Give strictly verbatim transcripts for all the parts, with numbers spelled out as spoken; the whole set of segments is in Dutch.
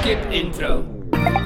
Skip intro.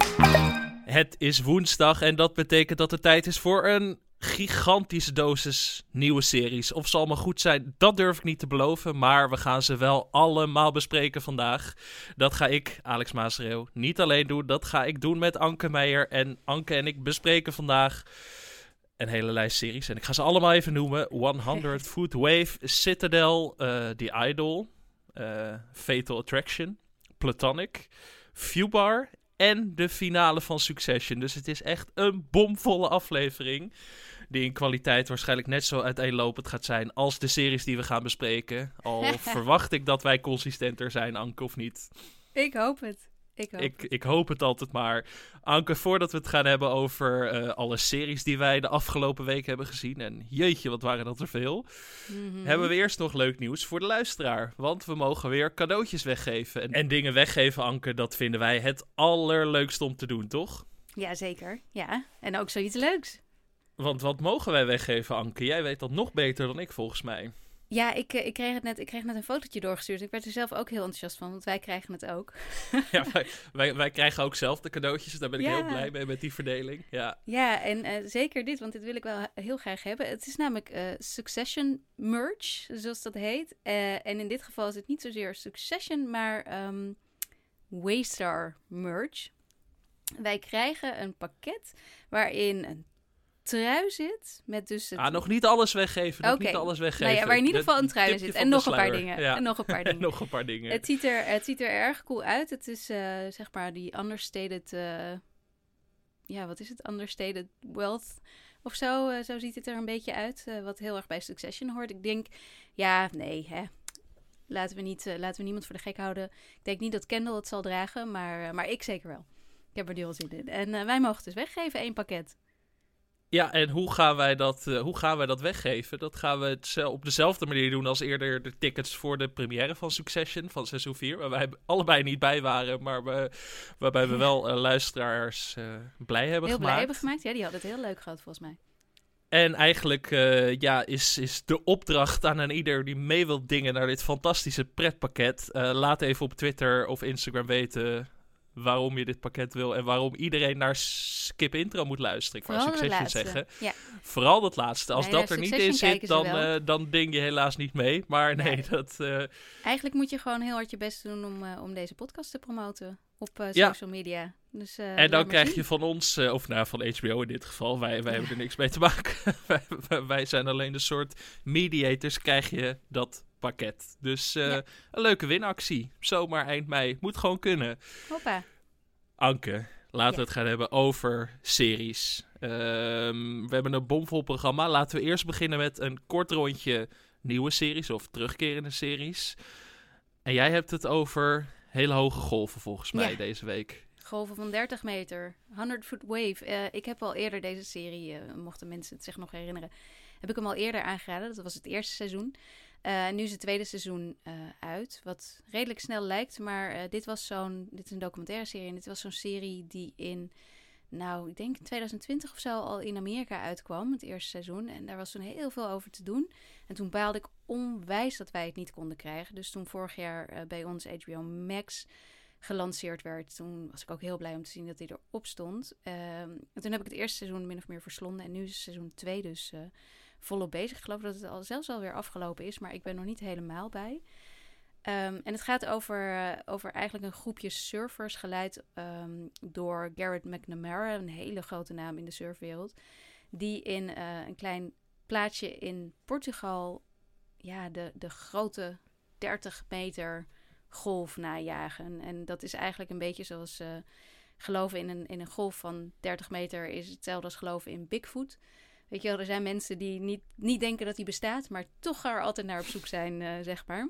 Het is woensdag en dat betekent dat het tijd is voor een gigantische dosis nieuwe series. Of ze allemaal goed zijn, dat durf ik niet te beloven. Maar we gaan ze wel allemaal bespreken vandaag. Dat ga ik, Alex Maasreeuw, niet alleen doen. Dat ga ik doen met Anke Meijer. En Anke en ik bespreken vandaag een hele lijst series. En ik ga ze allemaal even noemen. honderd Foot Wave, Citadel, uh, The Idol, uh, Fatal Attraction, Platonic, Viewbar en de finale van Succession. Dus het is echt een bomvolle aflevering. Die in kwaliteit waarschijnlijk net zo uiteenlopend gaat zijn als de series die we gaan bespreken. Al verwacht ik dat wij consistenter zijn, Anke, of niet? Ik hoop het. Ik hoop, ik, het. ik hoop het altijd maar. Anke, voordat we het gaan hebben over uh, alle series die wij de afgelopen week hebben gezien. En jeetje, wat waren dat er veel. Mm-hmm. Hebben we eerst nog leuk nieuws voor de luisteraar. Want we mogen weer cadeautjes weggeven. En, en dingen weggeven, Anke, dat vinden wij het allerleukste om te doen, toch? Jazeker, ja. En ook zoiets leuks. Want wat mogen wij weggeven, Anke? Jij weet dat nog beter dan ik, volgens mij. Ja, ik, ik, kreeg het net, ik kreeg net een fotootje doorgestuurd. Ik werd er zelf ook heel enthousiast van, want wij krijgen het ook. Ja, wij, wij, wij krijgen ook zelf de cadeautjes. Daar ben ik ja. heel blij mee met die verdeling. Ja, ja en uh, zeker dit, want dit wil ik wel heel graag hebben. Het is namelijk uh, Succession merch, zoals dat heet. Uh, en in dit geval is het niet zozeer Succession, maar um, Waystar merch. Wij krijgen een pakket waarin een trui zit met dus het... Ah, nog niet alles weggeven, nog okay. niet alles weggeven. Nou ja, waar in ieder geval een trui zit en nog een paar dingen. Ja. En nog een paar dingen. en nog een paar dingen. Het ziet er, het ziet er erg cool uit. Het is uh, zeg maar die understated... Uh, ja, wat is het? Understated wealth of zo. Uh, zo ziet het er een beetje uit. Uh, wat heel erg bij Succession hoort. Ik denk, ja, nee, hè. Laten we, niet, uh, laten we niemand voor de gek houden. Ik denk niet dat Kendall het zal dragen, maar, uh, maar ik zeker wel. Ik heb er heel zin in. En uh, wij mogen het dus weggeven, één pakket. Ja, en hoe gaan wij dat, uh, hoe gaan wij dat weggeven? Dat gaan we het zel- op dezelfde manier doen als eerder de tickets voor de première van Succession van seizoen vier. Waar wij allebei niet bij waren, maar we, waarbij we wel uh, luisteraars uh, blij hebben heel gemaakt. Heel blij hebben gemaakt, ja, die hadden het heel leuk gehad volgens mij. En eigenlijk uh, ja, is, is de opdracht aan een ieder die mee wil dingen naar dit fantastische pretpakket. Uh, laat even op Twitter of Instagram weten waarom je dit pakket wil en waarom iedereen naar Skip Intro moet luisteren. Ik wou Succession zeggen. Ja. Vooral dat laatste. Als nee, dat er niet in zit, dan, uh, dan ding je helaas niet mee. Maar nee, nee. dat... Uh... Eigenlijk moet je gewoon heel hard je best doen om, uh, om deze podcast te promoten op uh, social ja. media. Dus, uh, en dan krijg zien. je van ons, uh, of nou van H B O in dit geval, wij, wij ja. hebben er niks mee te maken. wij, wij zijn alleen een soort mediators, krijg je dat pakket. Dus uh, ja. een leuke winactie. Zomaar eind mei. Moet gewoon kunnen. Hoppa. Anke, laten ja. we het gaan hebben over series. Um, we hebben een bomvol programma. Laten we eerst beginnen met een kort rondje nieuwe series of terugkerende series. En jij hebt het over hele hoge golven volgens mij ja. deze week. Golven van dertig meter. honderd Foot Wave. Uh, ik heb al eerder deze serie, uh, mochten mensen het zich nog herinneren, heb ik hem al eerder aangeraden. Dat was het eerste seizoen. Uh, nu is het tweede seizoen uh, uit, wat redelijk snel lijkt. Maar uh, dit was zo'n, dit is een documentaire serie en dit was zo'n serie die in, nou, ik denk twintig twintig of zo al in Amerika uitkwam, het eerste seizoen. En daar was toen heel veel over te doen. En toen baalde ik onwijs dat wij het niet konden krijgen. Dus toen vorig jaar uh, bij ons H B O Max gelanceerd werd, toen was ik ook heel blij om te zien dat hij erop stond. Uh, en toen heb ik het eerste seizoen min of meer verslonden en nu is seizoen twee dus uh, volop bezig. Ik geloof dat het al zelfs alweer afgelopen is, maar ik ben nog niet helemaal bij. Um, en het gaat over, uh, over eigenlijk een groepje surfers geleid um, door Garrett McNamara, een hele grote naam in de surfwereld, die in uh, een klein plaatsje in Portugal ja, de, de grote dertig meter golf najagen. En dat is eigenlijk een beetje zoals uh, geloven in een, in een golf van dertig meter is hetzelfde als geloven in Bigfoot. Weet je wel, er zijn mensen die niet, niet denken dat die bestaat, maar toch er altijd naar op zoek zijn, uh, zeg maar.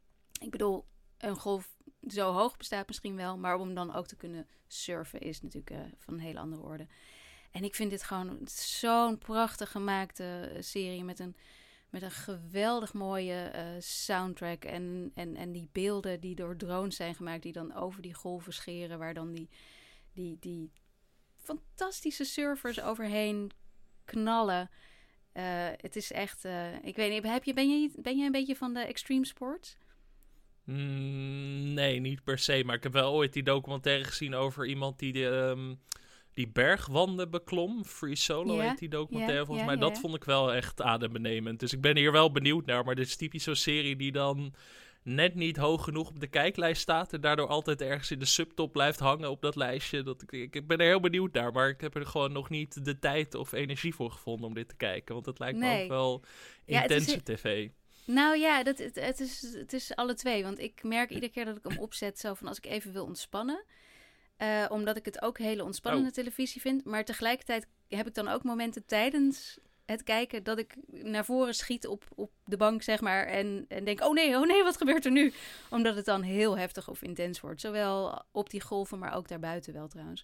Ik bedoel, een golf zo hoog bestaat misschien wel, maar om dan ook te kunnen surfen is natuurlijk uh, van een hele andere orde. En ik vind dit gewoon zo'n prachtig gemaakte serie met een, met een geweldig mooie uh, soundtrack en, en, en die beelden die door drones zijn gemaakt, die dan over die golven scheren, waar dan die, die, die fantastische surfers overheen knallen. Uh, het is echt, uh, ik weet niet, heb je, ben, je, ben je een beetje van de extreme sports? Mm, nee, niet per se. Maar ik heb wel ooit die documentaire gezien over iemand die de, um, die bergwanden beklom. Free Solo Ja, heet die documentaire ja, volgens ja, mij. ja, Dat ja. vond ik wel echt adembenemend. Dus ik ben hier wel benieuwd naar. Maar dit is typisch zo'n serie die dan net niet hoog genoeg op de kijklijst staat. En daardoor altijd ergens in de subtop blijft hangen op dat lijstje. Dat ik, ik, ik ben er heel benieuwd naar. Maar ik heb er gewoon nog niet de tijd of energie voor gevonden om dit te kijken. Want het lijkt me Nee. ook wel Ja, het is intense he- tv. Nou ja, dat, het, het, is, het is alle twee. Want ik merk iedere keer dat ik hem opzet zo van als ik even wil ontspannen. Eh, omdat ik het ook hele ontspannende Oh. televisie vind. Maar tegelijkertijd heb ik dan ook momenten tijdens het kijken dat ik naar voren schiet op, op de bank, zeg maar. En, en denk, oh nee, oh nee, wat gebeurt er nu? Omdat het dan heel heftig of intens wordt. Zowel op die golven, maar ook daarbuiten wel trouwens.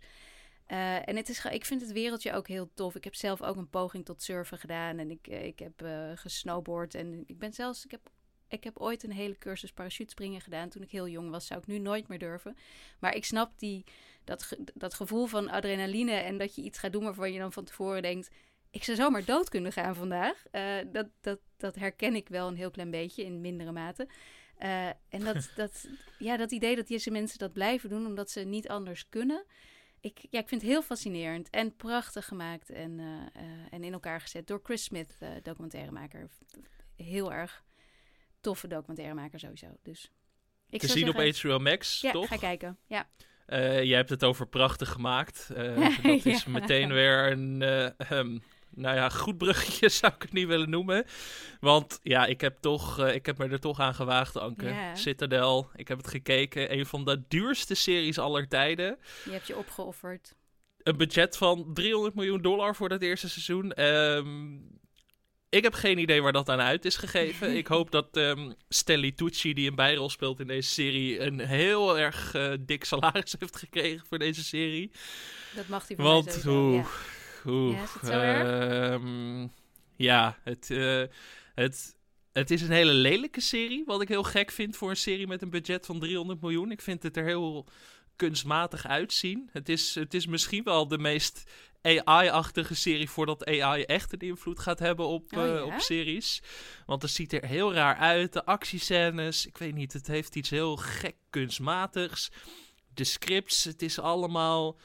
Uh, en het is, ge- ik vind het wereldje ook heel tof. Ik heb zelf ook een poging tot surfen gedaan. En ik, ik heb uh, gesnowboard. En ik ben zelfs, ik heb, ik heb ooit een hele cursus parachutespringen gedaan. Toen ik heel jong was, zou ik nu nooit meer durven. Maar ik snap die, dat, ge, dat gevoel van adrenaline. En dat je iets gaat doen waarvan je dan van tevoren denkt, ik zou zomaar dood kunnen gaan vandaag. Uh, dat, dat, dat herken ik wel een heel klein beetje in mindere mate. Uh, en dat, dat, ja, dat idee dat deze mensen dat blijven doen omdat ze niet anders kunnen. Ik, ja, ik vind het heel fascinerend en prachtig gemaakt en, uh, uh, en in elkaar gezet door Chris Smith, uh, documentairemaker. Heel erg toffe documentairemaker sowieso. Dus ik Te zou zien zeggen, op H B O Max, ja, toch? ga kijken. Ja. Uh, jij hebt het over prachtig gemaakt. Uh, dat is Ja. meteen weer een... Uh, um, nou ja, goed bruggetje zou ik het niet willen noemen. Want ja, ik heb, toch, uh, ik heb me er toch aan gewaagd, Anke. Ja. Citadel, ik heb het gekeken. Een van de duurste series aller tijden. Je hebt je opgeofferd. Een budget van driehonderd miljoen dollar voor dat eerste seizoen. Um, ik heb geen idee waar dat aan uit is gegeven. Ik hoop dat um, Stanley Tucci, die een bijrol speelt in deze serie, een heel erg uh, dik salaris heeft gekregen voor deze serie. Dat mag hij van Want, mij sowieso, hoe... ja. Oeh, Ja, is het zo erg? Um, ja, het, uh, het, het is een hele lelijke serie. Wat ik heel gek vind voor een serie met een budget van driehonderd miljoen. Ik vind het er heel kunstmatig uitzien. Het is, het is misschien wel de meest A I-achtige serie voordat A I echt een invloed gaat hebben op, Oh, ja? uh, op series. Want het ziet er heel raar uit. De actiescènes, ik weet niet, het heeft iets heel gek kunstmatigs. De scripts, het is allemaal...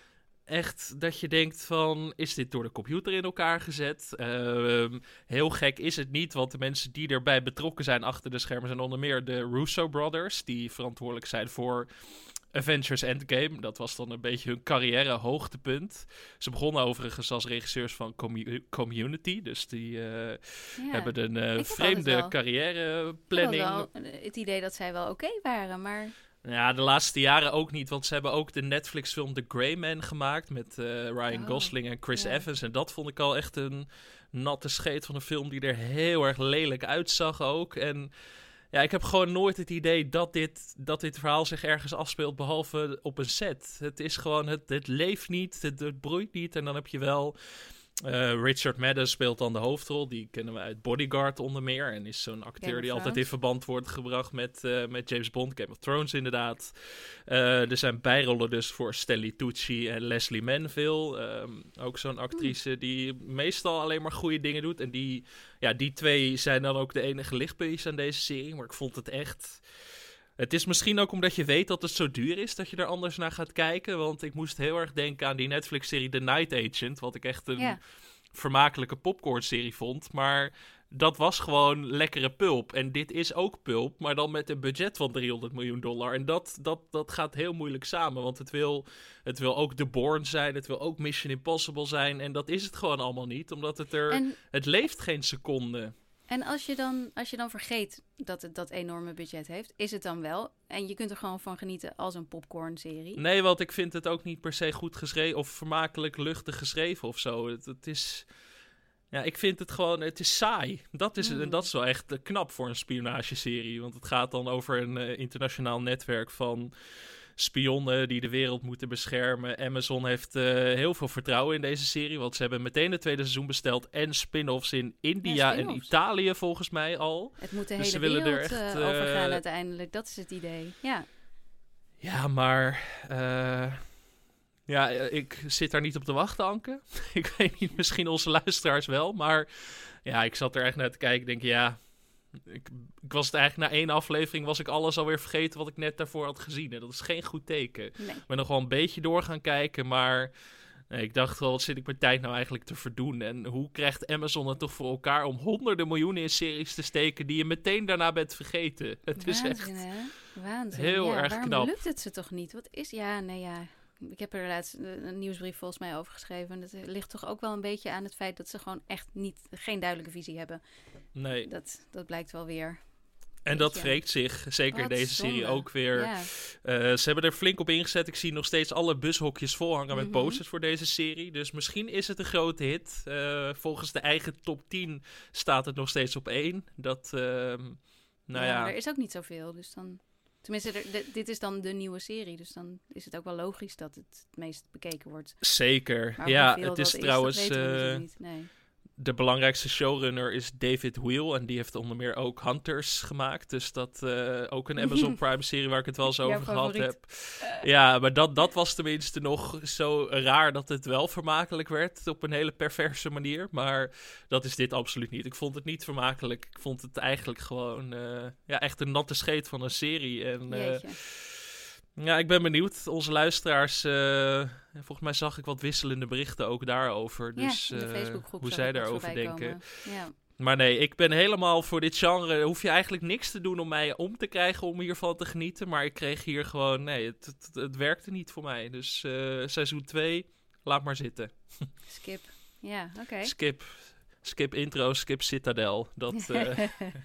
Echt dat je denkt van, is dit door de computer in elkaar gezet? Uh, heel gek is het niet, want de mensen die erbij betrokken zijn achter de schermen zijn onder meer de Russo Brothers, die verantwoordelijk zijn voor Avengers Endgame. Dat was dan een beetje hun carrière hoogtepunt. Ze begonnen overigens als regisseurs van commu- Community, dus die uh, ja. hebben een uh, vreemde carrièreplanning. Ik had wel het idee dat zij wel oké okay waren, maar... Ja, de laatste jaren ook niet, want ze hebben ook de Netflix-film The Gray Man gemaakt met uh, Ryan oh, Gosling en Chris yeah. Evans. En dat vond ik al echt een natte scheet van een film die er heel erg lelijk uitzag ook. En ja, ik heb gewoon nooit het idee dat dit, dat dit verhaal zich ergens afspeelt, behalve op een set. Het is gewoon, het, het leeft niet, het, het broeit niet. En dan heb je wel... Uh, Richard Madden speelt dan de hoofdrol. Die kennen we uit Bodyguard onder meer. En is zo'n acteur die altijd in verband wordt gebracht met, uh, met James Bond. Game of Thrones inderdaad. Uh, er zijn bijrollen dus voor Stanley Tucci en Leslie Manville. Um, ook zo'n actrice die meestal alleen maar goede dingen doet. En die, ja, die twee zijn dan ook de enige lichtpuntjes aan deze serie. Maar ik vond het echt... Het is misschien ook omdat je weet dat het zo duur is dat je er anders naar gaat kijken. Want ik moest heel erg denken aan die Netflix-serie The Night Agent. Wat ik echt een yeah. vermakelijke popcorn-serie vond. Maar dat was gewoon lekkere pulp. En dit is ook pulp, maar dan met een budget van driehonderd miljoen dollar. En dat, dat, dat gaat heel moeilijk samen. Want het wil, het wil ook The Bourne zijn. Het wil ook Mission Impossible zijn. En dat is het gewoon allemaal niet. Omdat het er... En... Het leeft geen seconde. En als je, dan, als je dan vergeet dat het dat enorme budget heeft, is het dan wel? En je kunt er gewoon van genieten als een popcorn-serie? Nee, want ik vind het ook niet per se goed geschreven of vermakelijk luchtig geschreven of zo. Het, het is... Ja, ik vind het gewoon... Het is saai. Dat is, mm. En dat is wel echt knap voor een spionageserie. Want het gaat dan over een uh, internationaal netwerk van... spionnen die de wereld moeten beschermen. Amazon heeft uh, heel veel vertrouwen in deze serie, want ze hebben meteen het tweede seizoen besteld en spin-offs in India ja, spin-offs. en Italië volgens mij al. Het moet de dus hele ze willen wereld er echt, uh, overgaan uh, uiteindelijk, dat is het idee. Ja, ja maar uh, ja, ik zit daar niet op te wachten, Anke. Ik weet niet, misschien onze luisteraars wel, maar ja, ik zat er echt naar te kijken, denk ja... ik, ik was het eigenlijk na één aflevering was ik alles alweer vergeten wat ik net daarvoor had gezien. En dat is geen goed teken. Nee. Ik ben nog wel een beetje door gaan kijken, maar nee, ik dacht wel, wat zit ik mijn tijd nou eigenlijk te verdoen? En hoe krijgt Amazon het toch voor elkaar om honderden miljoenen in series te steken die je meteen daarna bent vergeten? Het Waanzin, is echt hè? Waanzin. heel ja, erg waarom knap. lukt het ze toch niet? Wat is... Ja, nee, ja... Ik heb er laatst een nieuwsbrief volgens mij over geschreven. Dat ligt toch ook wel een beetje aan het feit dat ze gewoon echt niet, geen duidelijke visie hebben. Nee. Dat, dat blijkt wel weer. En dat wreekt zich, zeker in Wat deze serie zonde. ook weer. Ja. Uh, ze hebben er flink op ingezet. Ik zie nog steeds alle bushokjes vol hangen met Mhm. posters voor deze serie. Dus misschien is het een grote hit. Uh, volgens de eigen top tien staat het nog steeds op één. Dat, uh, nou ja, ja... maar er is ook niet zoveel, dus dan... Tenminste, er, de, dit is dan de nieuwe serie, dus dan is het ook wel logisch dat het het meest bekeken wordt. Zeker. Maar Ja, hoeveel het is dat trouwens... Is, dat weten we uh, natuurlijk niet. Nee. De belangrijkste showrunner is David Wheel. En die heeft onder meer ook Hunters gemaakt. Dus dat uh, ook een Amazon Prime serie waar ik het wel eens over gehad heb. Ja, maar dat, dat was tenminste nog zo raar dat het wel vermakelijk werd. Op een hele perverse manier. Maar dat is dit absoluut niet. Ik vond het niet vermakelijk. Ik vond het eigenlijk gewoon uh, ja, echt een natte scheet van een serie. En uh, ja, ik ben benieuwd. Onze luisteraars... Uh, volgens mij zag ik wat wisselende berichten ook daarover. Dus ja, in de uh, Facebookgroep hoe zij daarover denken. Ja. Maar nee, ik ben helemaal voor dit genre. Hoef je eigenlijk niks te doen om mij om te krijgen om hiervan te genieten. Maar ik kreeg hier gewoon... Nee, het, het, het werkte niet voor mij. Dus uh, seizoen twee, laat maar zitten. Skip. Ja, oké. Okay. Skip. Skip intro, skip Citadel. Dat... Uh,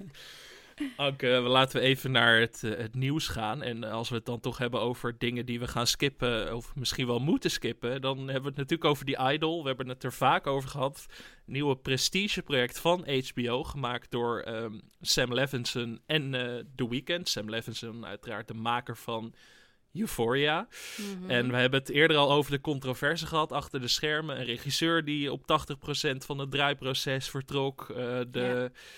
Anke, laten we even naar het, uh, het nieuws gaan. En als we het dan toch hebben over dingen die we gaan skippen, of misschien wel moeten skippen, dan hebben we het natuurlijk over die Idol. We hebben het er vaak over gehad. Een nieuwe prestigeproject van H B O, gemaakt door um, Sam Levinson en uh, The Weeknd. Sam Levinson, uiteraard de maker van Euphoria. Mm-hmm. En we hebben het eerder al over de controverse gehad achter de schermen. Een regisseur die op tachtig procent van het draaiproces vertrok. Uh, de... Ja.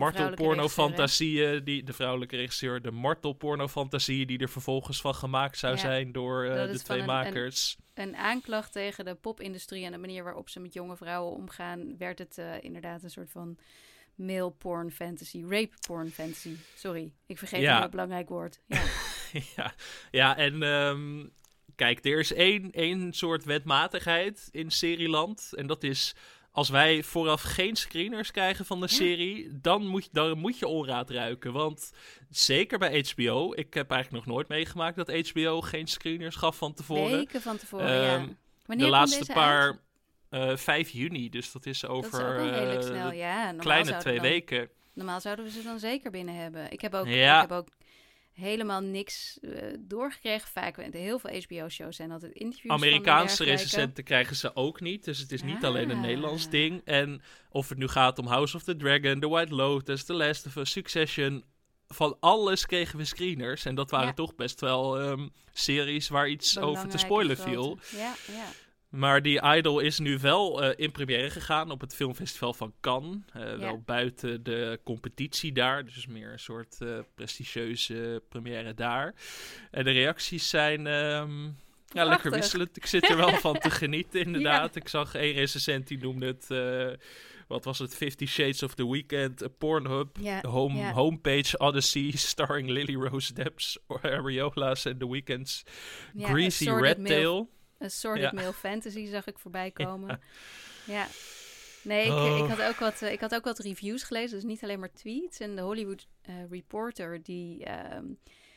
Martelporno-fantasieën, die de vrouwelijke regisseur, de martelporno-fantasieën die er vervolgens van gemaakt zou ja, zijn door uh, de twee een, makers. Een, een aanklacht tegen de popindustrie en de manier waarop ze met jonge vrouwen omgaan, werd het uh, inderdaad een soort van male porn fantasy, rape porn fantasy. Sorry, ik vergeet ja. een heel belangrijk woord. Ja, ja. ja, en um, kijk, er is één, één soort wetmatigheid in serieland en dat is... Als wij vooraf geen screeners krijgen van de ja. serie, dan moet, je, dan moet je onraad ruiken. Want zeker bij H B O, ik heb eigenlijk nog nooit meegemaakt dat H B O geen screeners gaf van tevoren. Weken van tevoren, um, ja. Wanneer de laatste paar, uh, vijf juni, dus dat is over dat is ook al redelijk snel. Ja, kleine twee dan, weken. Normaal zouden we ze dan zeker binnen hebben. Ik heb ook... Ja. Ik heb ook helemaal niks uh, doorgekregen. Vaak, heel veel H B O-shows zijn altijd interviews. Amerikaanse recensenten krijgen ze ook niet. Dus het is niet ah. alleen een Nederlands ding. En of het nu gaat om House of the Dragon, The White Lotus, The Last of Us, Succession. Van alles kregen we screeners. En dat waren ja. toch best wel um, series waar iets over te spoilen viel. Ja, ja. Maar die Idol is nu wel uh, in première gegaan op het filmfestival van Cannes. Uh, ja. Wel buiten de competitie daar. Dus meer een soort uh, prestigieuze première daar. En de reacties zijn um, ja, lekker wisselend. Ik zit er wel van te genieten inderdaad. Ja. Ik zag één recensent die noemde het... Uh, wat was het? Fifty Shades of the Weeknd, a Pornhub, ja, home, ja. Homepage Odyssey, starring Lily Rose Depp's, Areolas en The Weeknd's ja, Greasy Red Tail. Een Assorted ja. Male Fantasy zag ik voorbij komen. Ja. ja. Nee, ik, oh. ik, had ook wat, ik had ook wat reviews gelezen, dus niet alleen maar tweets. En de Hollywood uh, Reporter, die, um,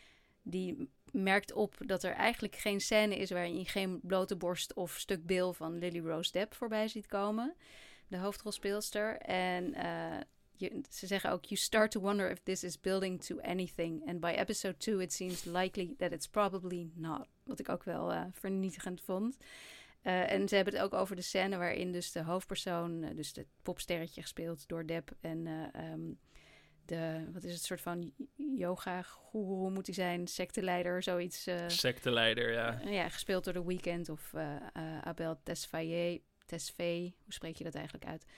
die merkt op dat er eigenlijk geen scène is waarin je geen blote borst of stuk bil van Lily Rose Depp voorbij ziet komen. De hoofdrolspeelster. En uh, je, ze zeggen ook, you start to wonder if this is building to anything. And by episode two it seems likely that it's probably not. Wat ik ook wel uh, vernietigend vond. Uh, en ze hebben het ook over de scène waarin dus de hoofdpersoon, uh, dus het popsterretje gespeeld door Depp en uh, um, de, wat is het, soort van yoga-goeroe moet hij zijn, secteleider, zoiets. Uh, secteleider, ja. Uh, ja, gespeeld door The Weeknd of uh, uh, Abel Tesfaye. Tesfaye, hoe spreek je dat eigenlijk uit?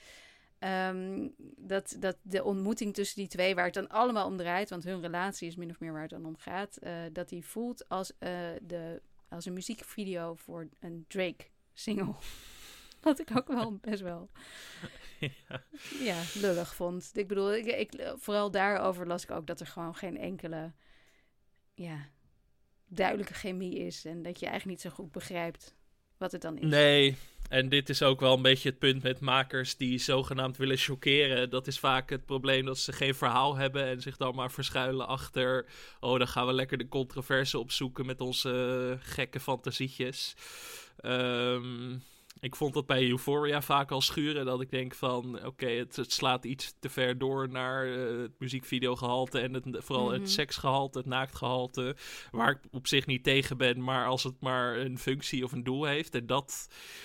Um, dat, dat de ontmoeting tussen die twee, waar het dan allemaal om draait, want hun relatie is min of meer waar het dan om gaat, uh, dat die voelt als, uh, de, als een muziekvideo voor een Drake-single. Wat ik ook wel best wel ja. ja, lullig vond. Ik bedoel, ik, ik, vooral daarover las ik ook dat er gewoon geen enkele ja, duidelijke chemie is. En dat je eigenlijk niet zo goed begrijpt wat het dan is. Nee, en dit is ook wel een beetje het punt met makers die zogenaamd willen chockeren. Dat is vaak het probleem dat ze geen verhaal hebben en zich dan maar verschuilen achter... oh, dan gaan we lekker de controverse opzoeken met onze uh, gekke fantasietjes. Um, ik vond dat bij Euphoria vaak al schuren. Dat ik denk van, oké, okay, het, het slaat iets te ver door naar uh, het muziekvideogehalte en het, vooral mm-hmm. het seksgehalte, het naaktgehalte. Waar ik op zich niet tegen ben, maar als het maar een functie of een doel heeft. En dat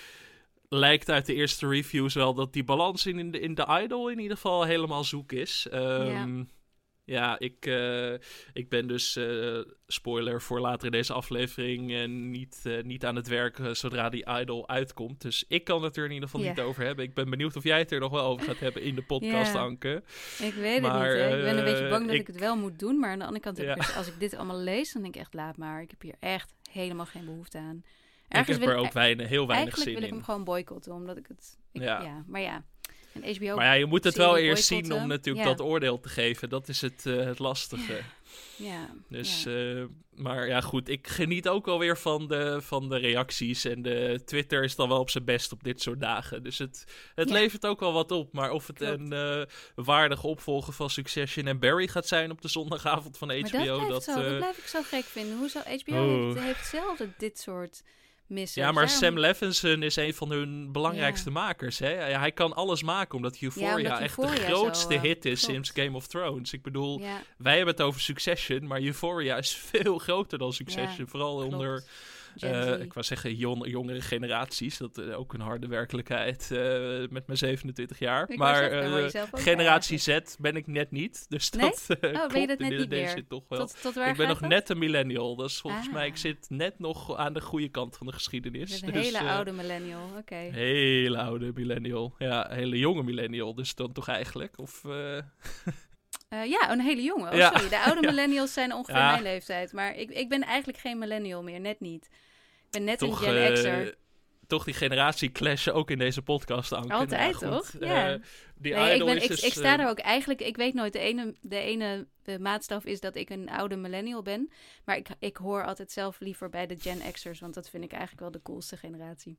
lijkt uit de eerste reviews wel dat die balans in de, in de Idol in ieder geval helemaal zoek is. Um, ja. Ja, ik, uh, ik ben dus, uh, spoiler voor later in deze aflevering, uh, niet, uh, niet aan het werk uh, zodra die Idol uitkomt. Dus ik kan het er in ieder geval yeah. niet over hebben. Ik ben benieuwd of jij het er nog wel over gaat hebben in de podcast, yeah. Anke. Ik weet maar, het niet, hè. Ik ben een beetje bang dat ik, ik het wel moet doen. Maar aan de andere kant, heb ja. ik dus, als ik dit allemaal lees, dan denk ik echt, laat maar. Ik heb hier echt helemaal geen behoefte aan. Ergens ik heb er ook weinig, heel weinig zin in. Eigenlijk wil ik hem gewoon boycotten, omdat ik het... Ik, ja. ja, maar ja... En H B O maar ja, je moet het wel eerst zien om natuurlijk ja. dat oordeel te geven. Dat is het, uh, het lastige. Ja. Dus, ja. Uh, maar ja goed, ik geniet ook wel weer van de, van de reacties. En de Twitter is dan wel op zijn best op dit soort dagen. Dus het, het ja. levert ook wel wat op. Maar of het Klopt. een uh, waardige opvolger van Succession en Barry gaat zijn op de zondagavond van H B O. Maar dat, dat, zo, uh, dat blijf ik zo gek vinden. Hoe zou H B O oh. heeft, heeft zelden dit soort... Missen. Ja, maar Daarom... Sam Levinson is een van hun belangrijkste ja. makers. Hè? Hij kan alles maken, omdat Euphoria, ja, omdat Euphoria echt de grootste zo, uh, hit is klopt. sinds Game of Thrones. Ik bedoel, ja. wij hebben het over Succession, maar Euphoria is veel groter dan Succession. Ja, Vooral klopt. onder, uh, ik wou zeggen, jong, jongere generaties. Dat is uh, ook een harde werkelijkheid uh, met mijn zevenentwintig jaar. Ik maar zeggen, uh, generatie Z ben ik net niet. Dus nee? dat uh, oh, klopt ben je dat in net niet deze meer? toch wel. Tot, tot waar ik ben nog het? net een millennial. Dus volgens ah. mij, ik zit net nog aan de goede kant van de geschiedenis. Je bent dus, een hele uh, oude millennial, oké. Okay. Hele oude millennial. Ja, een hele jonge millennial dus dan toch eigenlijk? Of... Uh... Uh, ja, een hele jonge. Oh, ja. sorry. De oude millennials zijn ongeveer ja. mijn leeftijd. Maar ik, ik ben eigenlijk geen millennial meer, net niet. Ik ben net toch, een Gen X'er. Uh, toch die generatie clashen ook in deze podcast, Anke. Altijd, nou, toch? Ja. Uh, die nee, ik, ben, is ik, dus, ik sta uh, er ook eigenlijk... Ik weet nooit, de ene, de ene de maatstaf is dat ik een oude millennial ben. Maar ik, ik hoor altijd zelf liever bij de Gen X'ers. Want dat vind ik eigenlijk wel de coolste generatie.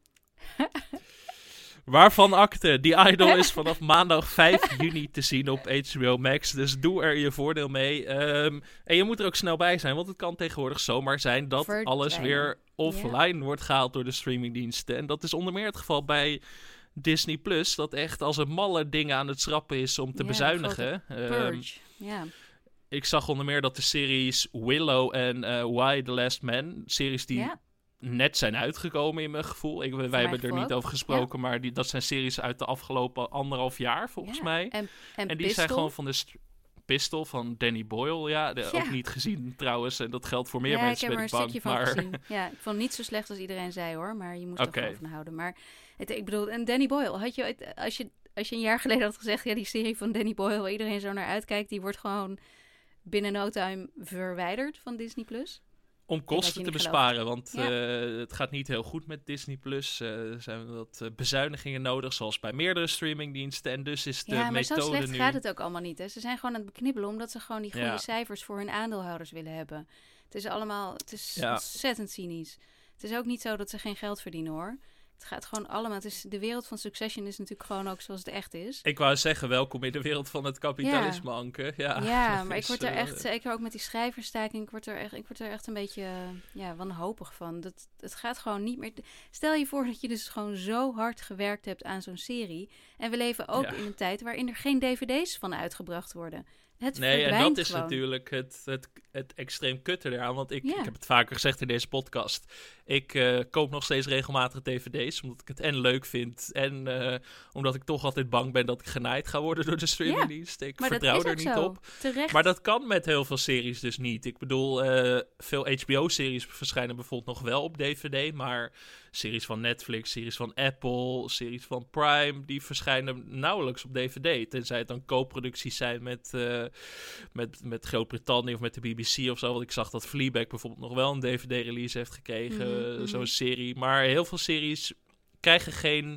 Waarvan akte? Die Idol is vanaf maandag vijf juni te zien op H B O Max. Dus doe er je voordeel mee. Um, en je moet er ook snel bij zijn. Want het kan tegenwoordig zomaar zijn dat Verdwijnen. alles weer offline ja. wordt gehaald door de streamingdiensten. En dat is onder meer het geval bij Disney Plus. Dat echt als een malle dingen aan het schrappen is om te ja, bezuinigen. Purge, um, ja. Ik zag onder meer dat de series Willow en uh, Why the Last Man, series die... Ja. net zijn uitgekomen in mijn gevoel. Ik, wij hebben er niet over gesproken, ja. maar die, dat zijn series uit de afgelopen anderhalf jaar, volgens ja. mij. En, en, en die Pistol? zijn gewoon van de st- Pistol van Danny Boyle. Ja, de, ja, ook niet gezien trouwens. En dat geldt voor meer ja, mensen. Ik heb er een bang, stukje maar... van gezien. Ja, ik vond het niet zo slecht als iedereen zei hoor, maar je moet okay. er gewoon van houden. Maar het, ik bedoel, en Danny Boyle, had je, als je als je een jaar geleden had gezegd, ja, die serie van Danny Boyle, waar iedereen zo naar uitkijkt, die wordt gewoon binnen no time verwijderd van Disney Plus. Om kosten te besparen, want ja. uh, het gaat niet heel goed met Disney Plus. Uh, er zijn wat uh, bezuinigingen nodig, zoals bij meerdere streamingdiensten. En dus is de ja, maar methode zo slecht nu... gaat het ook allemaal niet. Hè? Ze zijn gewoon aan het beknibbelen, omdat ze gewoon die goede ja. cijfers voor hun aandeelhouders willen hebben. Het is allemaal, het is ja. ontzettend cynisch. Het is ook niet zo dat ze geen geld verdienen, hoor. Het gaat gewoon allemaal... Het is, de wereld van Succession is natuurlijk gewoon ook zoals het echt is. Ik wou zeggen, welkom in de wereld van het kapitalisme, ja. Anke. Ja, ja maar ik word er echt... Zeker ook met die schrijversstaking, ik word er echt, ik word er echt een beetje uh, ja, wanhopig van. Dat, het gaat gewoon niet meer... Stel je voor dat je dus gewoon zo hard gewerkt hebt aan zo'n serie. En we leven ook ja. in een tijd waarin er geen dvd's van uitgebracht worden. Het nee, en dat is gewoon. natuurlijk het, het, het extreem kutte eraan. Want ik, ja. ik heb het vaker gezegd in deze podcast. Ik uh, koop nog steeds regelmatig dvd's. Omdat ik het en leuk vind. En uh, omdat ik toch altijd bang ben dat ik genaaid ga worden door de streamingdienst. Ja, ik vertrouw er niet zo. op. Terecht. Maar dat kan met heel veel series dus niet. Ik bedoel, uh, veel H B O-series verschijnen bijvoorbeeld nog wel op D V D. Maar series van Netflix, series van Apple, series van Prime, die verschijnen nauwelijks op D V D. Tenzij het dan co-producties zijn met, uh, met, met Groot-Brittannië of met de B B C of zo. Want ik zag dat Fleabag bijvoorbeeld nog wel een D V D-release heeft gekregen. Mm-hmm. Zo'n serie. Maar heel veel series krijgen geen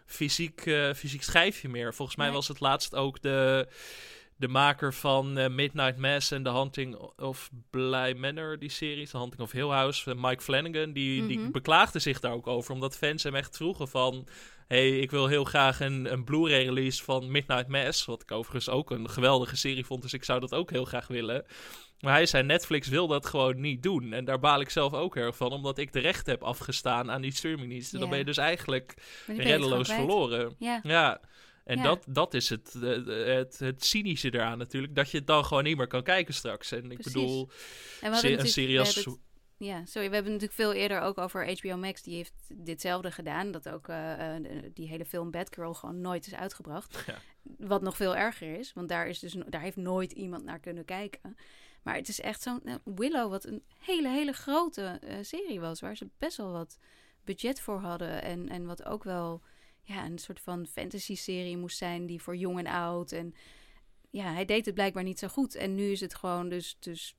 fysiek, uh, fysiek schijfje meer. Volgens mij Nee. was het laatst ook de, de maker van uh, Midnight Mass en The Haunting of Bly Manor, die series, The Haunting of Hill House, uh, Mike Flanagan, die, Mm-hmm. die beklaagde zich daar ook over, omdat fans hem echt vroegen van, hey, ik wil heel graag een, een Blu-ray release van Midnight Mass, wat ik overigens ook een geweldige serie vond, dus ik zou dat ook heel graag willen. Maar hij zei, Netflix wil dat gewoon niet doen. En daar baal ik zelf ook erg van, omdat ik de rechten heb afgestaan aan die streamingdiensten. Ja. Dan ben je dus eigenlijk Maar die ben je het reddeloos gewoon kwijt. verloren. Ja. Ja, en Ja. Dat, dat is het, het, het, het cynische eraan natuurlijk, dat je het dan gewoon niet meer kan kijken straks. En ik Precies. bedoel, En we se- hadden een natuurlijk- serie we als... hebben het- Ja, sorry, we hebben het natuurlijk veel eerder ook over H B O Max. Die heeft ditzelfde gedaan. Dat ook uh, uh, die hele film Batgirl gewoon nooit is uitgebracht. Ja. Wat nog veel erger is, want daar, is dus, daar heeft nooit iemand naar kunnen kijken. Maar het is echt zo'n... Uh, Willow, wat een hele, hele grote uh, serie was. Waar ze best wel wat budget voor hadden. En, en wat ook wel ja, een soort van fantasy-serie moest zijn die voor jong en oud. En ja, hij deed het blijkbaar niet zo goed. En nu is het gewoon dus... dus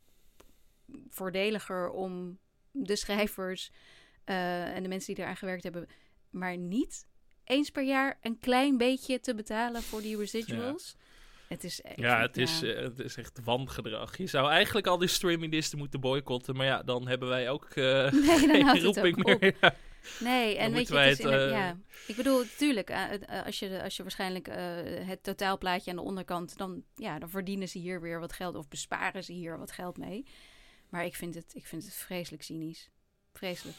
voordeliger om de schrijvers uh, en de mensen die eraan gewerkt hebben, maar niet eens per jaar een klein beetje te betalen voor die residuals. Ja. Het is echt, ja, het, ja. Is, uh, het is echt wangedrag. Je zou eigenlijk al die streamingdiensten moeten boycotten, maar ja, dan hebben wij ook uh, nee, dan geen houdt roeping het ook meer. Ja. Nee, en Dan weet je, wij het is het, in, uh... ja, ik bedoel, natuurlijk, uh, uh, als, je, als je waarschijnlijk uh, het totaalplaatje aan de onderkant, dan, ja, dan verdienen ze hier weer wat geld of besparen ze hier wat geld mee. Maar ik vind het, ik vind het vreselijk cynisch. Vreselijk.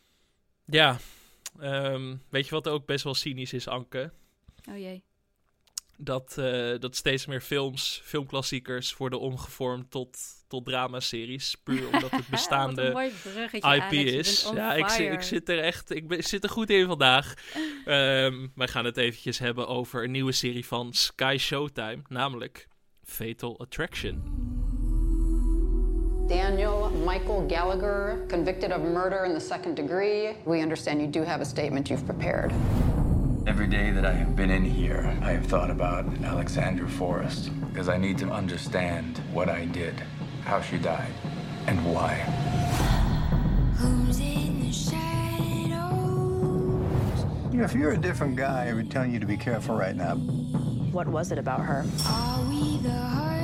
Ja, um, weet je wat ook best wel cynisch is, Anke? Oh jee. Dat, uh, dat steeds meer films, filmklassiekers worden omgevormd tot, tot dramaseries. Puur omdat het bestaande I P Alex, is. Ja, ik zit, ik zit er echt, ik, ben, ik zit er goed in vandaag. um, wij gaan het eventjes hebben over een nieuwe serie van Sky Showtime, namelijk Fatal Attraction. Daniel Michael Gallagher, convicted of murder in the second degree. We understand you do have a statement you've prepared. Every day that I have been in here, I have thought about Alexandra Forrest, because I need to understand what I did, how she died, and why. Who's in the shadows? You know, if you're a different guy, I would tell you to be careful right now. What was it about her? Are we the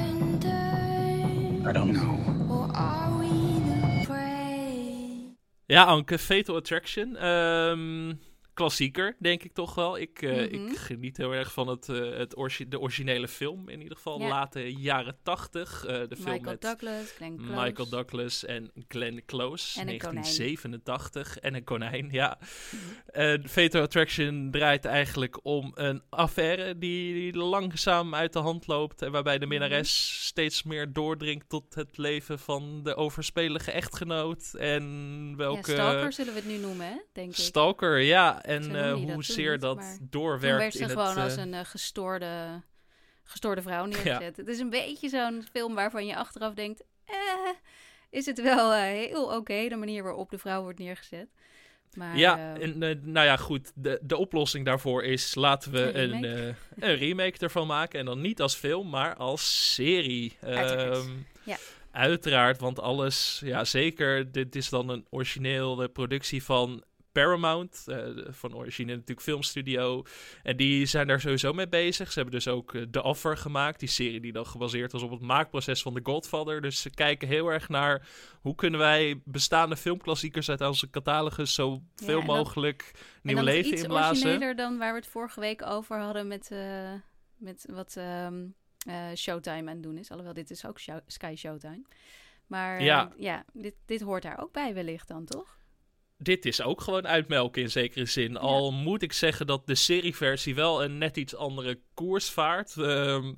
hunter? I don't know. Or are we the prey? Ja, Anke, Fatal Attraction. Um, klassieker, denk ik toch wel. Ik, uh, Mm-hmm. ik geniet heel erg van het, uh, het orgi- de originele film. In ieder geval Ja. late jaren tachtig. Uh, de film Michael met Douglas, Glenn Close. Michael Douglas en Glenn Close. En een negentien zevenentachtig. En een konijn, ja. Uh, Fatal Attraction draait eigenlijk om een affaire die, die langzaam uit de hand loopt. En waarbij de minnares mm-hmm. steeds meer doordringt tot het leven van de overspelige echtgenoot. En welke... Ja, Stalker zullen we het nu noemen, hè? Denk ik. Stalker, ja. En uh, dat hoezeer dat maar doorwerkt werd ze in gewoon het... Uh... als een uh, gestoorde, gestoorde vrouw neergezet. Ja. Het is een beetje zo'n film waarvan je achteraf denkt... Eh, is het wel uh, heel oké, okay, de manier waarop de vrouw wordt neergezet. Maar, ja, uh, en, uh, nou ja, goed. De, de oplossing daarvoor is... laten we een een, remake. uh, een remake ervan maken. En dan niet als film, maar als serie. Uiteraard. Um, ja. Uiteraard, want alles... Ja, zeker. Dit is dan een originele productie van... Paramount, uh, van origine natuurlijk filmstudio. En die zijn daar sowieso mee bezig. Ze hebben dus ook uh, The Offer gemaakt. Die serie die dan gebaseerd was op het maakproces van The Godfather. Dus ze kijken heel erg naar... hoe kunnen wij bestaande filmklassiekers uit onze catalogus... zo Ja, veel en dan, mogelijk nieuw en dan leven iets inblazen. origineler dan waar we het vorige week over hadden... met, uh, met wat um, uh, Showtime aan het doen is. Alhoewel, dit is ook show, Sky Showtime. Maar ja, uh, ja dit, dit hoort daar ook bij wellicht dan, toch? Dit is ook gewoon uitmelken in zekere zin. Ja. Al moet ik zeggen dat de serieversie wel een net iets andere koers vaart. Um,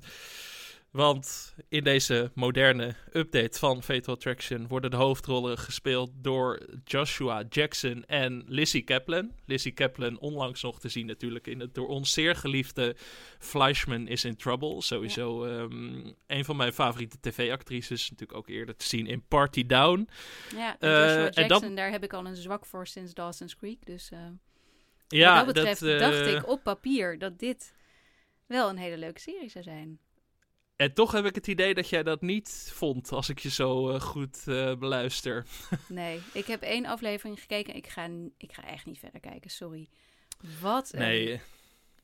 want in deze moderne update van Fatal Attraction... worden de hoofdrollen gespeeld door Joshua Jackson en Lizzie Kaplan. Lizzie Kaplan onlangs nog te zien natuurlijk... in het door ons zeer geliefde Fleischman is in Trouble. Sowieso ja. um, een van mijn favoriete tv-actrices. Natuurlijk ook eerder te zien in Party Down. Ja, en Joshua uh, Jackson, en dat... daar heb ik al een zwak voor sinds Dawson's Creek. Dus uh, ja, wat dat betreft dat, uh... dacht ik op papier... dat dit wel een hele leuke serie zou zijn. En toch heb ik het idee dat jij dat niet vond, als ik je zo uh, goed uh, beluister. Nee, ik heb één aflevering gekeken. Ik ga, ik ga echt niet verder kijken, sorry. Wat een nee.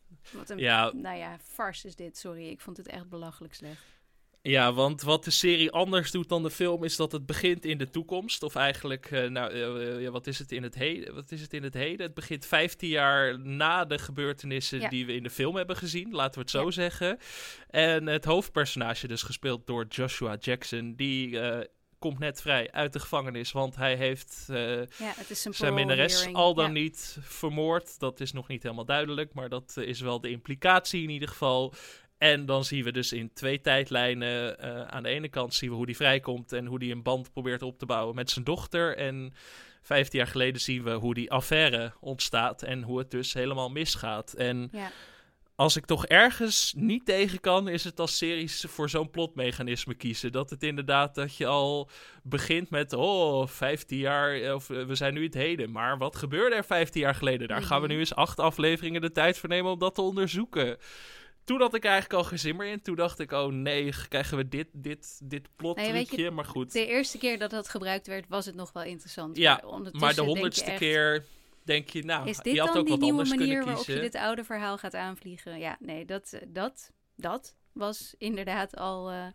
Wat een, Ja. nou ja, farce is dit, sorry. Ik vond het echt belachelijk slecht. Ja, want wat de serie anders doet dan de film is dat het begint in de toekomst. Of eigenlijk, uh, nou, uh, uh, wat is het in het heden? Wat is het in het heden? Het begint vijftien jaar na de gebeurtenissen Ja. die we in de film hebben gezien. Laten we het zo Ja. zeggen. En het hoofdpersonage, dus gespeeld door Joshua Jackson, die uh, komt net vrij uit de gevangenis. Want hij heeft uh, Ja, het is een zijn parole minnares hearing. al dan Ja. niet vermoord. Dat is nog niet helemaal duidelijk, maar dat uh, is wel de implicatie in ieder geval. En dan zien we dus in twee tijdlijnen, uh, aan de ene kant zien we hoe die vrijkomt en hoe die een band probeert op te bouwen met zijn dochter. En vijftien jaar geleden zien we hoe die affaire ontstaat en hoe het dus helemaal misgaat. En Ja. als ik toch ergens niet tegen kan, is het als series voor zo'n plotmechanisme kiezen. Dat het inderdaad, dat je al begint met, oh, vijftien jaar, of uh, we zijn nu in het heden. Maar wat gebeurde er vijftien jaar geleden? Daar gaan we nu eens acht afleveringen de tijd voor nemen om dat te onderzoeken. Toen had ik eigenlijk al geen zin meer in. Toen dacht ik, oh nee, krijgen we dit, dit, dit plottrucje? Nee, weet je, maar goed. De eerste keer dat dat gebruikt werd, was het nog wel interessant. Ja, Maar ondertussen maar de denk je honderdste echt, keer denk je, nou, is je dit had dan ook die wat nieuwe anders manier kunnen waarop kiezen. je dit oude verhaal gaat aanvliegen? Ja, nee, dat, dat, dat was inderdaad al, uh,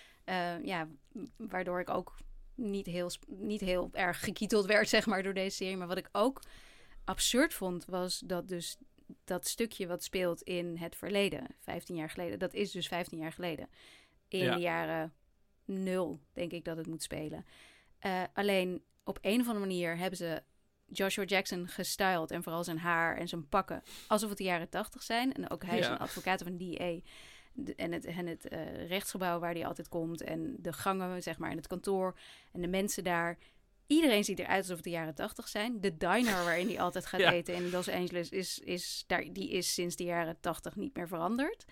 uh, ja, waardoor ik ook niet heel, niet heel erg gekieteld werd, zeg maar, door deze serie. Maar wat ik ook absurd vond, was dat dus dat stukje wat speelt in het verleden, vijftien jaar geleden, dat is dus vijftien jaar geleden. In Ja. de jaren nul, denk ik dat het moet spelen. Uh, alleen op een of andere manier hebben ze Joshua Jackson gestyled en vooral zijn haar en zijn pakken alsof het de jaren tachtig zijn. En ook hij is Ja. een advocaat of een D A. De, en het, en het uh, rechtsgebouw waar hij altijd komt en de gangen, zeg maar, in het kantoor en de mensen daar. Iedereen ziet eruit alsof het de jaren tachtig zijn. De diner waarin hij altijd gaat Ja. eten in Los Angeles, is, is, daar, die is sinds de jaren tachtig niet meer veranderd.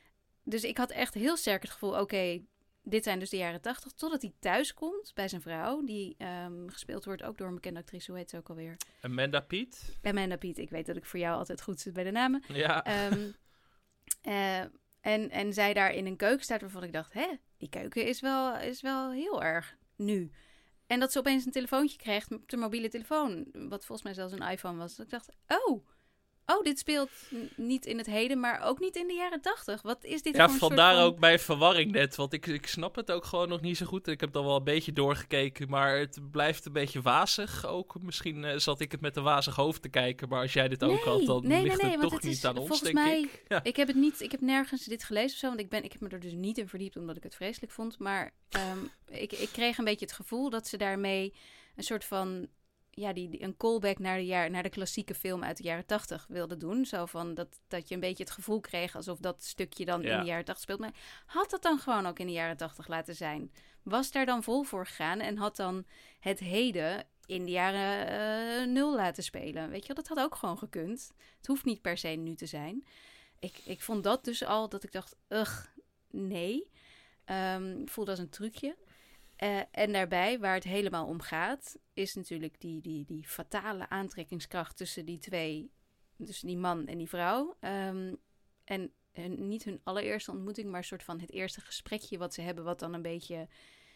Dus ik had echt heel sterk het gevoel, oké, okay, dit zijn dus de jaren tachtig. Totdat hij thuis komt bij zijn vrouw, die um, gespeeld wordt ook door een bekende actrice. Hoe heet ze ook alweer? Amanda Peet. Amanda Peet. Ik weet dat ik voor jou altijd goed zit bij de namen. Ja. Um, uh, en, en zij daar in een keuken staat waarvan ik dacht, hè, die keuken is wel, is wel heel erg nu. En dat ze opeens een telefoontje krijgt op de mobiele telefoon, wat volgens mij zelfs een iPhone was. Dat ik dacht, oh, oh, dit speelt n- niet in het heden, maar ook niet in de jaren tachtig. Wat is dit Ja, voor een vandaar soort van... ook mijn verwarring net. Want ik, ik snap het ook gewoon nog niet zo goed. Ik heb dan wel een beetje doorgekeken, maar het blijft een beetje wazig ook. Misschien uh, zat ik het met een wazig hoofd te kijken, maar als jij dit ook Nee, had, dan nee, ligt nee, nee, het want toch het niet is aan ons, volgens denk mij- ik. Ja. Ik heb het niet, ik heb nergens dit gelezen of zo, want ik, ben, ik heb me er dus niet in verdiept, omdat ik het vreselijk vond. Maar um, ik, ik kreeg een beetje het gevoel dat ze daarmee een soort van, ja, die, die, een callback naar de, jaar, naar de klassieke film uit de jaren tachtig wilde doen. Zo van dat, dat je een beetje het gevoel kreeg alsof dat stukje dan Ja. in de jaren tachtig speelt. Maar had dat dan gewoon ook in de jaren tachtig laten zijn? Was daar dan vol voor gegaan en had dan het heden in de jaren uh, nul laten spelen? Weet je wel, dat had ook gewoon gekund. Het hoeft niet per se nu te zijn. Ik, ik vond dat dus al dat ik dacht, ugh, nee. Um, ik voelde als een trucje. Uh, en daarbij, waar het helemaal om gaat, is natuurlijk die, die, die fatale aantrekkingskracht tussen die twee, tussen die man en die vrouw. Um, en hun, niet hun allereerste ontmoeting, maar een soort van het eerste gesprekje wat ze hebben, wat dan een beetje,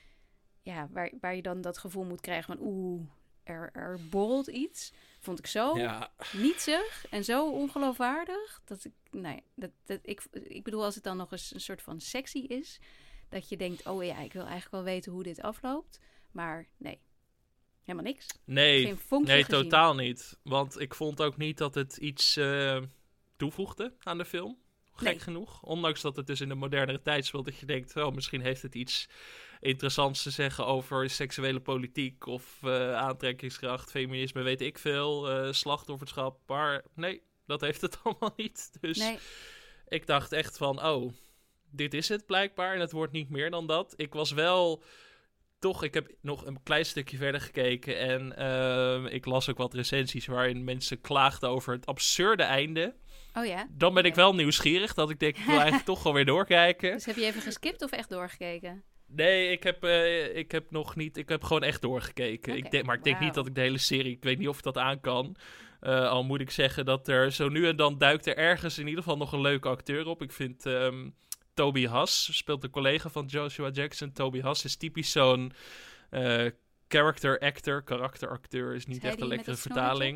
ja, waar, waar je dan dat gevoel moet krijgen van, oeh, er, er borrelt iets. Vond ik zo Ja. nietsig en zo ongeloofwaardig, dat ik, nee, dat, dat, ik, ik bedoel, als het dan nog eens een soort van sexy is, dat je denkt, oh ja, ik wil eigenlijk wel weten hoe dit afloopt. Maar nee, helemaal niks. Nee, Geen vonkje nee gezien. totaal niet. Want ik vond ook niet dat het iets uh, toevoegde aan de film. Gek Nee. genoeg. Ondanks dat het dus in de modernere tijd speelt. Dat je denkt, wel, misschien heeft het iets interessants te zeggen over seksuele politiek of uh, aantrekkingskracht, feminisme, weet ik veel, uh, slachtofferschap. Maar nee, dat heeft het allemaal niet. Dus Nee, ik dacht echt van, oh, dit is het blijkbaar en het wordt niet meer dan dat. Ik was wel, toch, ik heb nog een klein stukje verder gekeken en uh, ik las ook wat recensies waarin mensen klaagden over het absurde einde. oh ja. Dan ben ik Oké. wel nieuwsgierig, dat ik denk, ik wil eigenlijk toch gewoon weer doorkijken. Dus heb je even geskipt of echt doorgekeken? Nee, ik heb, uh, ik heb nog niet, ik heb gewoon echt doorgekeken. Oké, Ik denk, maar ik denk wauw. niet dat ik de hele serie, ik weet niet of ik dat aan kan. Uh, al moet ik zeggen dat er zo nu en dan duikt er ergens in ieder geval nog een leuke acteur op. Ik vind um, Toby Hass, speelt een collega van Joshua Jackson. Toby Hass is typisch zo'n uh, character actor, karakteracteur is niet Is hij echt een die met lekkere dat snorretje? vertaling.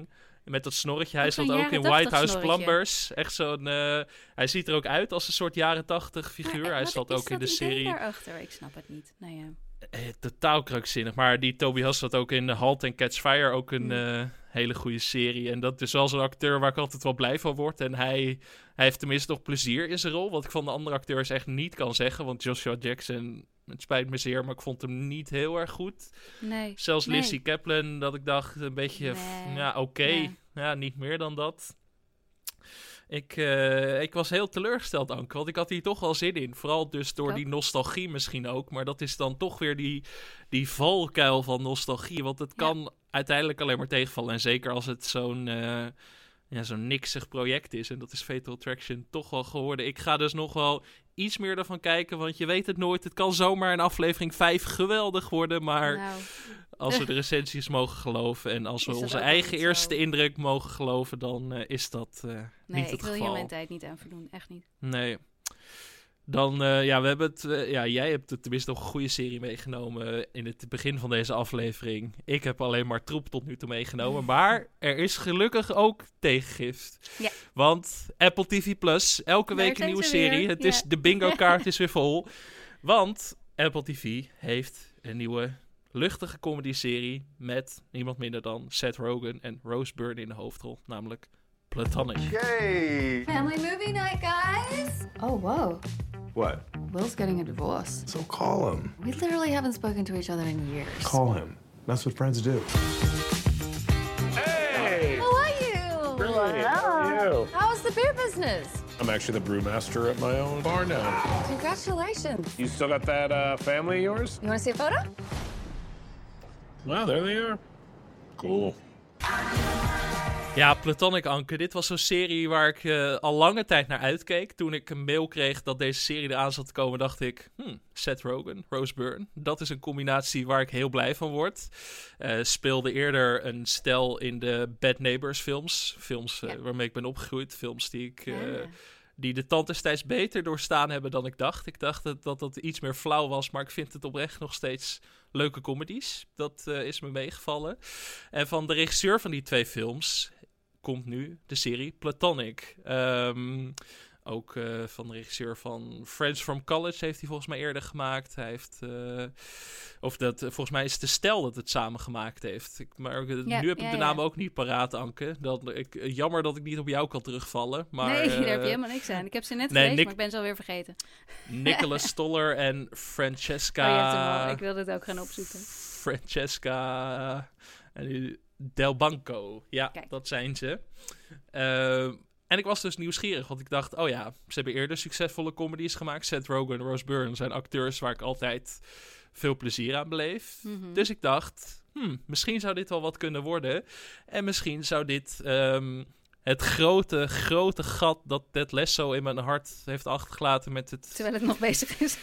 Met dat snorretje. Hij Ook zat zo'n ook jaren in White tachtig House snorretje. Plumbers. Echt zo'n... Uh, hij ziet er ook uit als een soort jaren tachtig figuur. Maar, hij wat zat is ook in de dat idee serie... daarachter? Ik snap het niet. Nou ja. Eh, totaal krankzinnig. Maar die Tobias zat ook in Halt and Catch Fire. Ook een Mm. uh, hele goede serie. En dat is wel zo'n acteur waar ik altijd wel blij van word. En hij, hij heeft tenminste nog plezier in zijn rol. Wat ik van de andere acteurs echt niet kan zeggen. Want Joshua Jackson, het spijt me zeer, maar ik vond hem niet heel erg goed. Nee. Zelfs nee. Lizzie Kaplan, dat ik dacht een beetje... Nee. F, ja, oké. Okay. Ja. Ja, niet meer dan dat. Ik, uh, ik was heel teleurgesteld, Anke, want ik had hier toch wel zin in. Vooral dus door Ook. die nostalgie misschien ook. Maar dat is dan toch weer die, die valkuil van nostalgie. Want het kan ja. uiteindelijk alleen maar tegenvallen. En zeker als het zo'n, uh, ja, zo'n niksig project is. En dat is Fatal Attraction toch wel geworden. Ik ga dus nog wel iets meer ervan kijken, want je weet het nooit. Het kan zomaar in aflevering vijf geweldig worden, maar... Nou. Als we de recensies mogen geloven en als we onze eigen eerste zo. indruk mogen geloven, dan uh, is dat uh, nee, niet het geval. Nee, ik wil hier mijn tijd niet aan verdoen. Echt niet. Nee. Dan, uh, ja, we hebben het... Uh, ja, jij hebt het tenminste nog een goede serie meegenomen in het begin van deze aflevering. Ik heb alleen maar troep tot nu toe meegenomen. Maar er is gelukkig ook tegengift. Ja. Want Apple T V Plus, elke Daar week een nieuwe weer. serie. Het ja. is, de bingo-kaart is weer vol. Want Apple T V heeft een nieuwe... luchtige comedy-serie met niemand minder dan Seth Rogen en Rose Byrne in de hoofdrol, namelijk Platonic. Yay! Family movie night, guys! Oh, whoa. What? Will's getting a divorce. So call him. We literally haven't spoken to each other in years. Call him. That's what friends do. Hey! How are you? Great. How are you? How's the beer business? I'm actually the brewmaster at my own bar now. Congratulations. You still got that uh, family of yours? You want to see a photo? Wow, there they are. Cool. Ja, Platonic, Anke. Dit was zo'n serie waar ik uh, al lange tijd naar uitkeek. Toen ik een mail kreeg dat deze serie eraan zat te komen, dacht ik... Hmm, Seth Rogen, Rose Byrne. Dat is een combinatie waar ik heel blij van word. Uh, speelde eerder een stel in de Bad Neighbors films. Films uh, ja. waarmee ik ben opgegroeid. Films die ik... Uh, ja. Die de tand destijds beter doorstaan hebben dan ik dacht. Ik dacht dat, dat dat iets meer flauw was, maar ik vind het oprecht nog steeds leuke comedies. Dat uh, is me meegevallen. En van de regisseur van die twee films komt nu de serie Platonic. Um, ook uh, van de regisseur van Friends from College heeft hij volgens mij eerder gemaakt. Hij heeft, uh, of dat, uh, volgens mij is het de stel dat het samen gemaakt heeft. Ik, maar uh, ja, nu heb ik ja, de ja. naam ook niet paraat, Anke. Dat, ik, uh, jammer dat ik niet op jou kan terugvallen. Maar, nee, daar uh, heb je helemaal niks aan. Ik heb ze net nee, gelezen, Nick, maar ik ben ze alweer vergeten. Nicholas Stoller en Francesca... Oh, je hebt hem al. Ik wilde het ook gaan opzoeken. Francesca en Del Banco. Ja, Kijk. Dat zijn ze. Uh, En ik was dus nieuwsgierig, want ik dacht... oh ja, ze hebben eerder succesvolle comedies gemaakt. Seth Rogen en Rose Byrne zijn acteurs waar ik altijd veel plezier aan beleef. Mm-hmm. Dus ik dacht, hmm, misschien zou dit wel wat kunnen worden. En misschien zou dit um, het grote, grote gat dat Ted Lasso in mijn hart heeft achtergelaten met het... Terwijl het nog bezig is.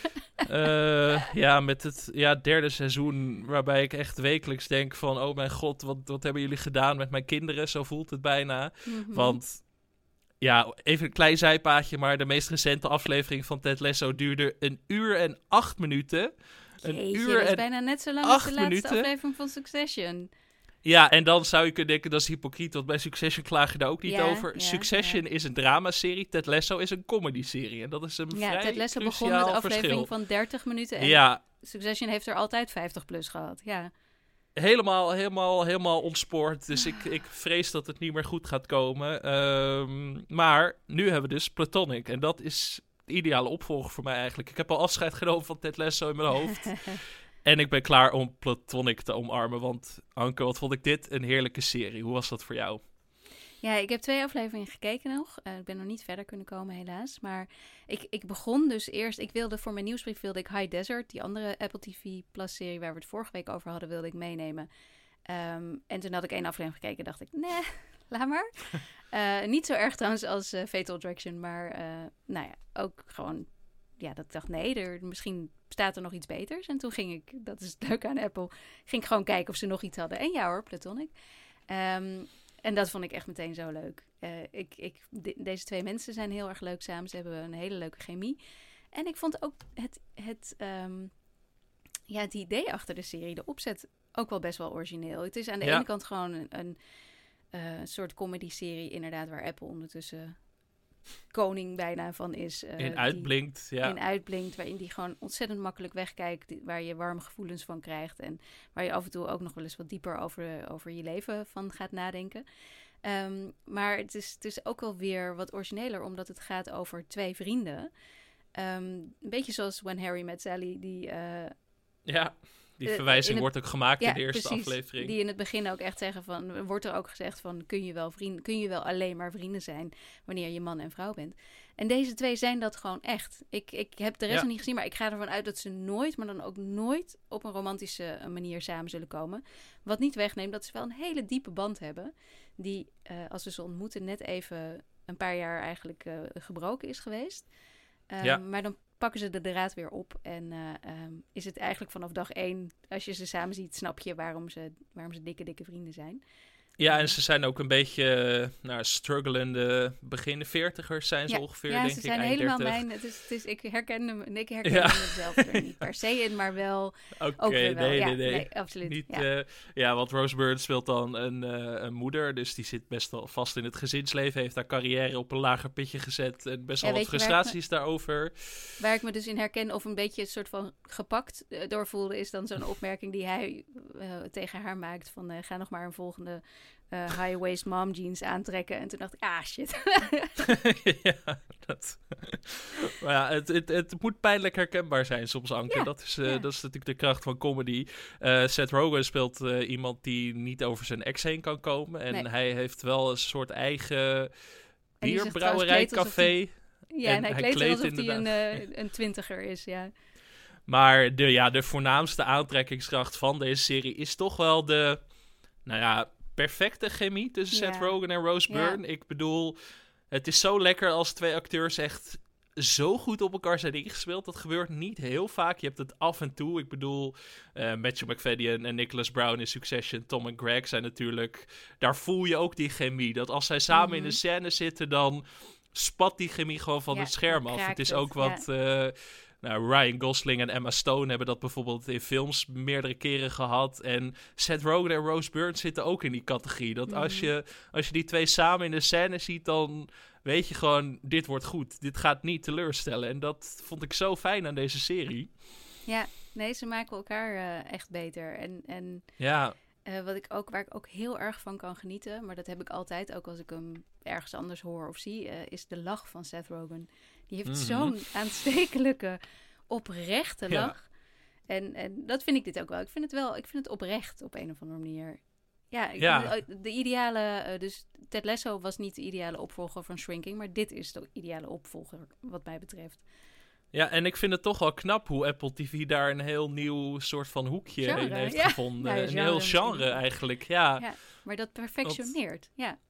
uh, ja, met het ja, derde seizoen, waarbij ik echt wekelijks denk van... oh mijn god, wat, wat hebben jullie gedaan met mijn kinderen? Zo voelt het bijna. Mm-hmm. Want... ja, even een klein zijpaadje, maar de meest recente aflevering van Ted Lasso duurde een uur en acht minuten. Een Jeetje, uur dat is en bijna net zo lang als de laatste minuten. aflevering van Succession. Ja, en dan zou je kunnen denken, dat is hypocriet, want bij Succession klaag je daar ook niet ja, over. Ja, Succession ja. is een dramaserie, Ted Lasso is een comedy-serie. En dat is een ja, vrij Ted Lasso cruciaal begon met een aflevering verschil. van dertig minuten en ja. Succession heeft er altijd vijftig plus gehad, ja. Helemaal, helemaal, helemaal ontspoord. Dus ik, ik vrees dat het niet meer goed gaat komen. Um, maar nu hebben we dus Platonic. En dat is de ideale opvolger voor mij eigenlijk. Ik heb al afscheid genomen van Ted Lasso in mijn hoofd. En ik ben klaar om Platonic te omarmen. Want Anke, wat vond ik dit een heerlijke serie. Hoe was dat voor jou? Ja, ik heb twee afleveringen gekeken nog. Uh, ik ben nog niet verder kunnen komen helaas. Maar ik, ik begon dus eerst... Ik wilde voor mijn nieuwsbrief wilde ik High Desert, die andere Apple T V Plus serie waar we het vorige week over hadden, wilde ik meenemen. Um, en toen had ik één aflevering gekeken en dacht ik, nee, laat maar. uh, niet zo erg trouwens als uh, Fatal Attraction, maar uh, nou ja, ook gewoon... Ja, dat ik dacht, nee, er, misschien bestaat er nog iets beters. En toen ging ik, dat is het leuke aan Apple, ging ik gewoon kijken of ze nog iets hadden. En ja hoor, Platonic. Um, En dat vond ik echt meteen zo leuk. Uh, ik, ik, de, deze twee mensen zijn heel erg leuk samen. Ze hebben een hele leuke chemie. En ik vond ook het, het, um, ja, het idee achter de serie, de opzet, ook wel best wel origineel. Het is aan de ja. ene kant gewoon een, een, uh, een soort comedy-serie inderdaad, waar Apple ondertussen koning bijna van is. Uh, in uitblinkt, die, ja. In uitblinkt, waarin die gewoon ontzettend makkelijk wegkijkt, die, waar je warme gevoelens van krijgt en waar je af en toe ook nog wel eens wat dieper over, over je leven van gaat nadenken. Um, maar het is, het is ook wel weer wat origineler, omdat het gaat over twee vrienden. Um, een beetje zoals When Harry Met Sally, die... Uh, ja, die verwijzing uh, wordt ook gemaakt ja, in de eerste precies, aflevering. Die in het begin ook echt zeggen van... Wordt er ook gezegd van, kun je wel vrienden, kun je wel alleen maar vrienden zijn wanneer je man en vrouw bent? En deze twee zijn dat gewoon echt. Ik, ik heb de rest ja. nog niet gezien, maar ik ga ervan uit dat ze nooit, maar dan ook nooit op een romantische manier samen zullen komen. Wat niet wegneemt dat ze wel een hele diepe band hebben. Die, uh, als we ze ontmoeten, net even een paar jaar eigenlijk uh, gebroken is geweest. Um, ja. Maar dan pakken ze de draad weer op. En uh, um, is het eigenlijk vanaf dag één, als je ze samen ziet, snap je waarom ze, waarom ze dikke, dikke vrienden zijn. Ja, en ze zijn ook een beetje nou, strugglende begin veertigers zijn ze ja, ongeveer, ja, denk ze ik. zijn helemaal mijn... Het is, het is, ik herken, hem, ik herken ja. mezelf er niet per se in, maar wel Oké, ook weer wel. nee, ja, nee, nee. nee, absoluut. Niet, ja. Uh, ja, want Rose Byrne speelt dan een, uh, een moeder, dus die zit best wel vast in het gezinsleven, heeft haar carrière op een lager pitje gezet en best wel ja, wat frustraties me, daarover. Waar ik me dus in herken of een beetje een soort van gepakt uh, doorvoelde, is dan zo'n opmerking die hij uh, tegen haar maakt van uh, ga nog maar een volgende... Uh, high-waist mom jeans aantrekken. En toen dacht ik, ah, shit. ja, dat... maar ja, het, het, het moet pijnlijk herkenbaar zijn soms, Anke. Ja, dat, is, uh, ja. dat is natuurlijk de kracht van comedy. Uh, Seth Rogen speelt uh, iemand die niet over zijn ex heen kan komen. En nee. hij heeft wel een soort eigen bierbrouwerijcafé. Ja, en, en hij, hij kleedt alsof hij een, uh, een twintiger is, ja. Maar de, ja, de voornaamste aantrekkingskracht van deze serie is toch wel de... Nou ja... perfecte chemie tussen ja. Seth Rogen en Rose Byrne. Ja. Ik bedoel, het is zo lekker als twee acteurs echt zo goed op elkaar zijn ingespeeld. Dat gebeurt niet heel vaak. Je hebt het af en toe. Ik bedoel, uh, Matthew McFadden en Nicholas Brown in Succession, Tom en Greg zijn natuurlijk... Daar voel je ook die chemie. Dat als zij samen mm-hmm. in de scène zitten, dan spat die chemie gewoon van ja, het scherm af. Het is het. ook wat... Ja. Uh, Nou, Ryan Gosling en Emma Stone hebben dat bijvoorbeeld in films meerdere keren gehad. En Seth Rogen en Rose Byrne zitten ook in die categorie. Dat mm-hmm. als, je, als je die twee samen in de scène ziet, dan weet je gewoon, dit wordt goed. Dit gaat niet teleurstellen. En dat vond ik zo fijn aan deze serie. Ja, nee, ze maken elkaar uh, echt beter. En, en ja. uh, wat ik ook, waar ik ook heel erg van kan genieten, maar dat heb ik altijd, ook als ik hem ergens anders hoor of zie, uh, is de lach van Seth Rogen. Die heeft mm-hmm. zo'n aanstekelijke, oprechte lach. Ja. En, en dat vind ik dit ook wel. Ik vind het wel, ik vind het oprecht op een of andere manier. Ja, ik ja. vind het, de ideale... Uh, dus Ted Lasso was niet de ideale opvolger van Shrinking, maar dit is de ideale opvolger wat mij betreft. Ja, en ik vind het toch wel knap hoe Apple T V daar een heel nieuw soort van hoekje genre, in heeft ja. gevonden. Ja, een heel genre misschien. eigenlijk, ja. ja. Maar dat perfectioneert, Want, ja.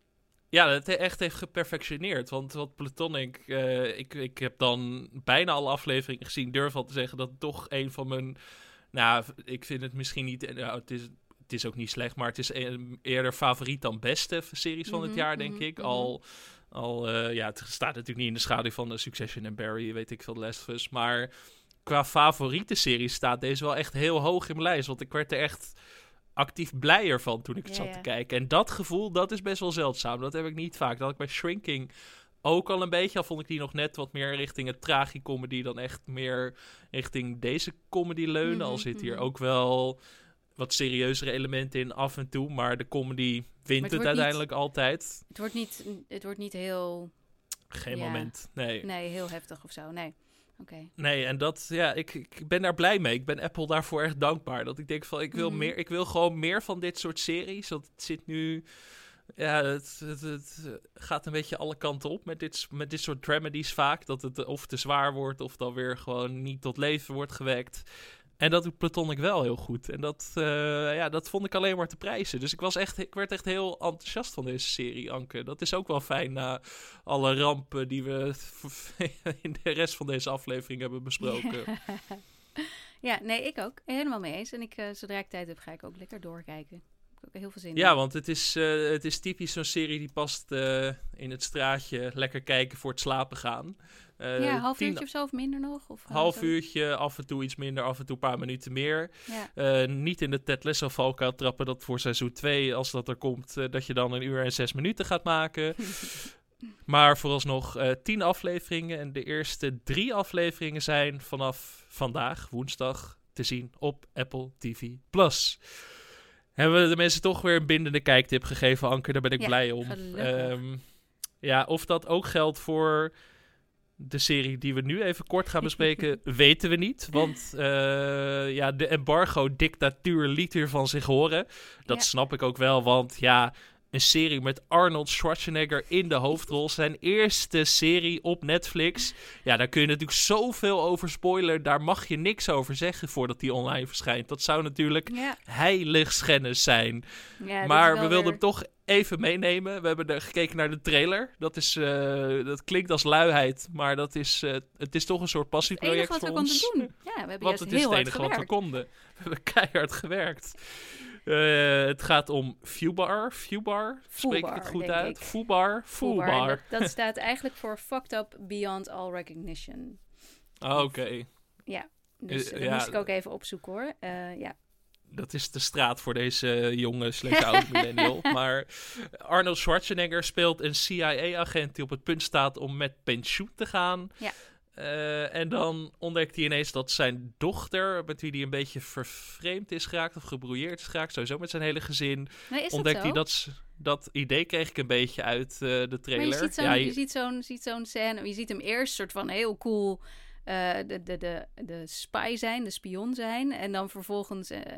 Ja, dat het echt heeft geperfectioneerd. Want wat Platonic... Uh, ik, ik heb dan bijna alle afleveringen gezien. Durf al te zeggen dat het toch een van mijn... Nou, ik vind het misschien niet... Nou, het is, het is ook niet slecht, maar het is een, eerder favoriet dan beste series van mm-hmm, het jaar, denk mm-hmm, ik. Mm-hmm. Al, al uh, ja, het staat natuurlijk niet in de schaduw van uh, Succession en Barry, weet ik veel, The Last of Us. Maar qua favoriete series staat deze wel echt heel hoog in mijn lijst. Want ik werd er echt... actief blijer van toen ik het ja, zat ja. te kijken. En dat gevoel, dat is best wel zeldzaam. Dat heb ik niet vaak. Dat had ik bij Shrinking ook al een beetje. Al vond ik die nog net wat meer richting het tragicomedy dan echt meer richting deze comedy leunen. Mm-hmm, al zit hier mm-hmm. ook wel wat serieuzere elementen in af en toe. Maar de comedy wint het, het uiteindelijk niet, altijd. Het wordt niet, het wordt niet heel... Geen ja, moment, nee. Nee, heel heftig of zo, nee. Okay. Nee, en dat, ja, ik, ik ben daar blij mee. Ik ben Apple daarvoor echt dankbaar. Dat ik denk van, ik wil, mm. meer, ik wil gewoon meer van dit soort series. Want het zit nu, ja, het, het, het gaat een beetje alle kanten op met dit, met dit soort dramedies vaak. Dat het of te zwaar wordt of dan weer gewoon niet tot leven wordt gewekt. En dat doet Platonic wel heel goed. En dat, uh, ja, dat vond ik alleen maar te prijzen. Dus ik, was echt, ik werd echt heel enthousiast van deze serie, Anke. Dat is ook wel fijn na alle rampen die we in de rest van deze aflevering hebben besproken. Ja, nee, ik ook. Helemaal mee eens. En ik, uh, zodra ik tijd heb, ga ik ook lekker doorkijken. ik ook heel veel zin Ja, in. want het is, uh, het is typisch zo'n serie die past uh, in het straatje. Lekker kijken voor het slapen gaan. Uh, ja, half tien, uurtje of zo of minder nog? Of, uh, half zo? uurtje, af en toe iets minder, af en toe een paar minuten meer. Ja. Uh, niet in de Ted Lasso valkuil trappen dat voor seizoen twee, als dat er komt, uh, dat je dan een uur en zes minuten gaat maken. Maar vooralsnog uh, tien afleveringen. En de eerste drie afleveringen zijn vanaf vandaag, woensdag, te zien op Apple T V Plus. Hebben we de mensen toch weer een bindende kijktip gegeven, Anke? Daar ben ik ja, blij om. Um, ja, of dat ook geldt voor de serie die we nu even kort gaan bespreken, weten we niet. Want uh, ja, de embargo-dictatuur liet hier van zich horen. Dat ja. snap ik ook wel, want ja, een serie met Arnold Schwarzenegger in de hoofdrol. Zijn eerste serie op Netflix. Ja, daar kun je natuurlijk zoveel over spoilen. Daar mag je niks over zeggen voordat die online verschijnt. Dat zou natuurlijk ja. heiligschennis zijn. Ja, maar we wilden weer... hem toch even meenemen. We hebben er gekeken naar de trailer. Dat, is, uh, dat klinkt als luiheid, maar dat is, uh, het is toch een soort passieproject voor ons. Het enige wat we konden doen. Ja, we hebben Want het is het enige wat we konden. We hebben keihard gewerkt. Uh, het gaat om Fubar. Fubar? Spreek ik het goed uit? Ik. Fubar? Fubar. Dat, dat staat eigenlijk voor Fucked Up Beyond All Recognition. Oh, oké. Okay. Ja, dus uh, dat ja, moest ik ook even opzoeken hoor. Uh, ja. Dat is de straat voor deze jonge slash oude millennial. Maar Arnold Schwarzenegger speelt een C I A-agent die op het punt staat om met pensioen te gaan. Ja. Uh, en dan ontdekt hij ineens dat zijn dochter, met wie hij een beetje vervreemd is geraakt of gebrouilleerd is geraakt, sowieso met zijn hele gezin, nee, is ontdekt dat hij dat, dat idee kreeg ik een beetje uit uh, de trailer. Maar je ziet zo'n, ja, je... je ziet zo'n, ziet zo'n scène, je ziet hem eerst soort van heel cool uh, de, de, de, de spy zijn, de spion zijn, en dan vervolgens uh,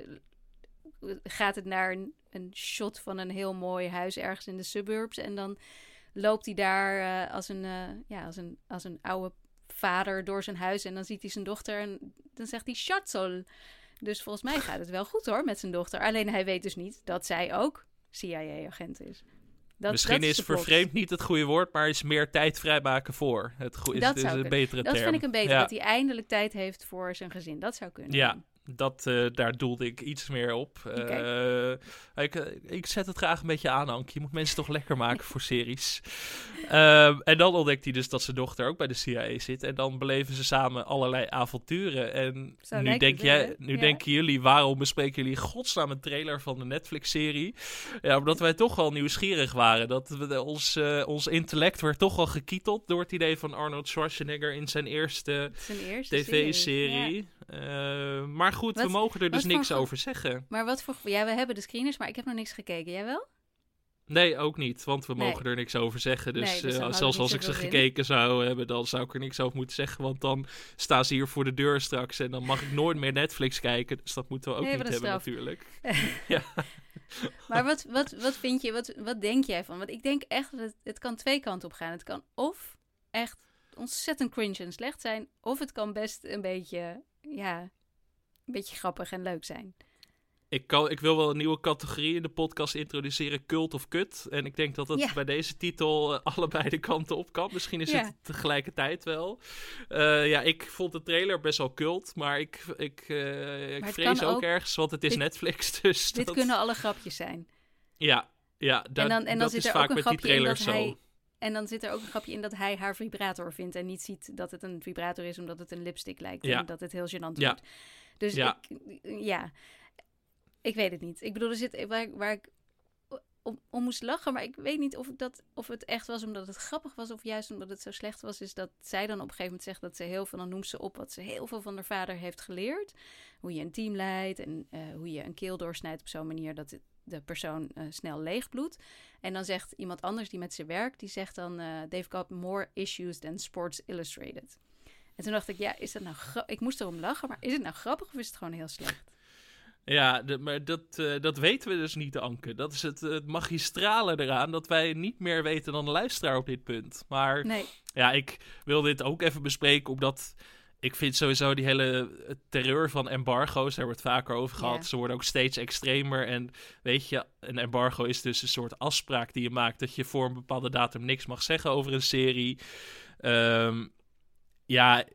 gaat het naar een, een shot van een heel mooi huis ergens in de suburbs en dan loopt hij daar uh, als een, uh, ja, als een, als een oude vader door zijn huis en dan ziet hij zijn dochter en dan zegt hij Schatzel. Dus volgens mij gaat het wel goed hoor met zijn dochter. Alleen hij weet dus niet dat zij ook C I A-agent is. Dat, Misschien dat is, is vervreemd niet het goede woord, maar is meer tijd vrijmaken voor. Het go- dat is, is een betere dat term. Dat vind ik een betere, ja. dat hij eindelijk tijd heeft voor zijn gezin. Dat zou kunnen. Ja. Dat, uh, daar doelde ik iets meer op. Okay. Uh, ik, ik zet het graag een beetje aan, Anke. Je moet mensen toch lekker maken voor series. Uh, en dan ontdekt hij dus dat zijn dochter ook bij de C I A zit. En dan beleven ze samen allerlei avonturen. En Zo nu, denk jij, nu ja. denken jullie, waarom bespreken jullie godsnaam een trailer van de Netflix-serie? Ja, omdat wij toch wel nieuwsgierig waren. Dat we, ons, uh, ons intellect werd toch wel gekieteld door het idee van Arnold Schwarzenegger in zijn eerste, zijn eerste tv-serie. Ja. Uh, maar goed, wat, we mogen er dus niks voor, over zeggen. Maar wat voor... Ja, we hebben de screeners, maar ik heb nog niks gekeken. Jij wel? Nee, ook niet. Want we nee. mogen er niks over zeggen. Dus, nee, dus uh, zelfs als ik ze in. gekeken zou hebben, dan zou ik er niks over moeten zeggen. Want dan staan ze hier voor de deur straks. En dan mag ik nooit meer Netflix kijken. Dus dat moeten we ook nee, niet hebben straf. natuurlijk. ja. Maar wat, wat, wat vind je, wat, wat denk jij van? Want ik denk echt dat het, het kan twee kanten op gaan. Het kan of echt ontzettend cringe en slecht zijn. Of het kan best een beetje... ja, een beetje grappig en leuk zijn. Ik, kan, ik wil wel een nieuwe categorie in de podcast introduceren, cult of kut. En ik denk dat het ja. bij deze titel uh, allebei de kanten op kan. Misschien is ja. het tegelijkertijd wel. Uh, ja, ik vond de trailer best wel cult, maar ik, ik, uh, ik vrees ook, ook ergens, want het is dit, Netflix. Dus dit dat... kunnen alle grapjes zijn. Ja, ja da- en dan, en dan dat zit is er vaak ook een met die trailers zo. Hij... En dan zit er ook een grapje in dat hij haar vibrator vindt en niet ziet dat het een vibrator is omdat het een lipstick lijkt ja. en dat het heel gênant wordt. Ja. Dus ja. Ik, ja, ik weet het niet. Ik bedoel, er zit waar, waar ik om, om moest lachen, maar ik weet niet of, dat, of het echt was omdat het grappig was of juist omdat het zo slecht was, is dat zij dan op een gegeven moment zegt dat ze heel veel, dan noemt ze op wat ze heel veel van haar vader heeft geleerd. Hoe je een team leidt en uh, hoe je een keel doorsnijdt op zo'n manier dat het de persoon uh, snel leegbloedt. En dan zegt iemand anders die met ze werkt, die zegt dan, uh, they've got more issues than Sports Illustrated. En toen dacht ik, ja, is dat nou gra- ik moest erom lachen, maar is het nou grappig of is het gewoon heel slecht? Ja, de, maar dat, uh, dat weten we dus niet, Anke. Dat is het, het magistrale eraan, dat wij niet meer weten dan de luisteraar op dit punt. Maar nee. ja, ik wil dit ook even bespreken, omdat... Ik vind sowieso die hele terreur van embargo's, daar wordt vaker over gehad. Ja. Ze worden ook steeds extremer. En weet je, een embargo is dus een soort afspraak die je maakt... dat je voor een bepaalde datum niks mag zeggen over een serie. Um, ja,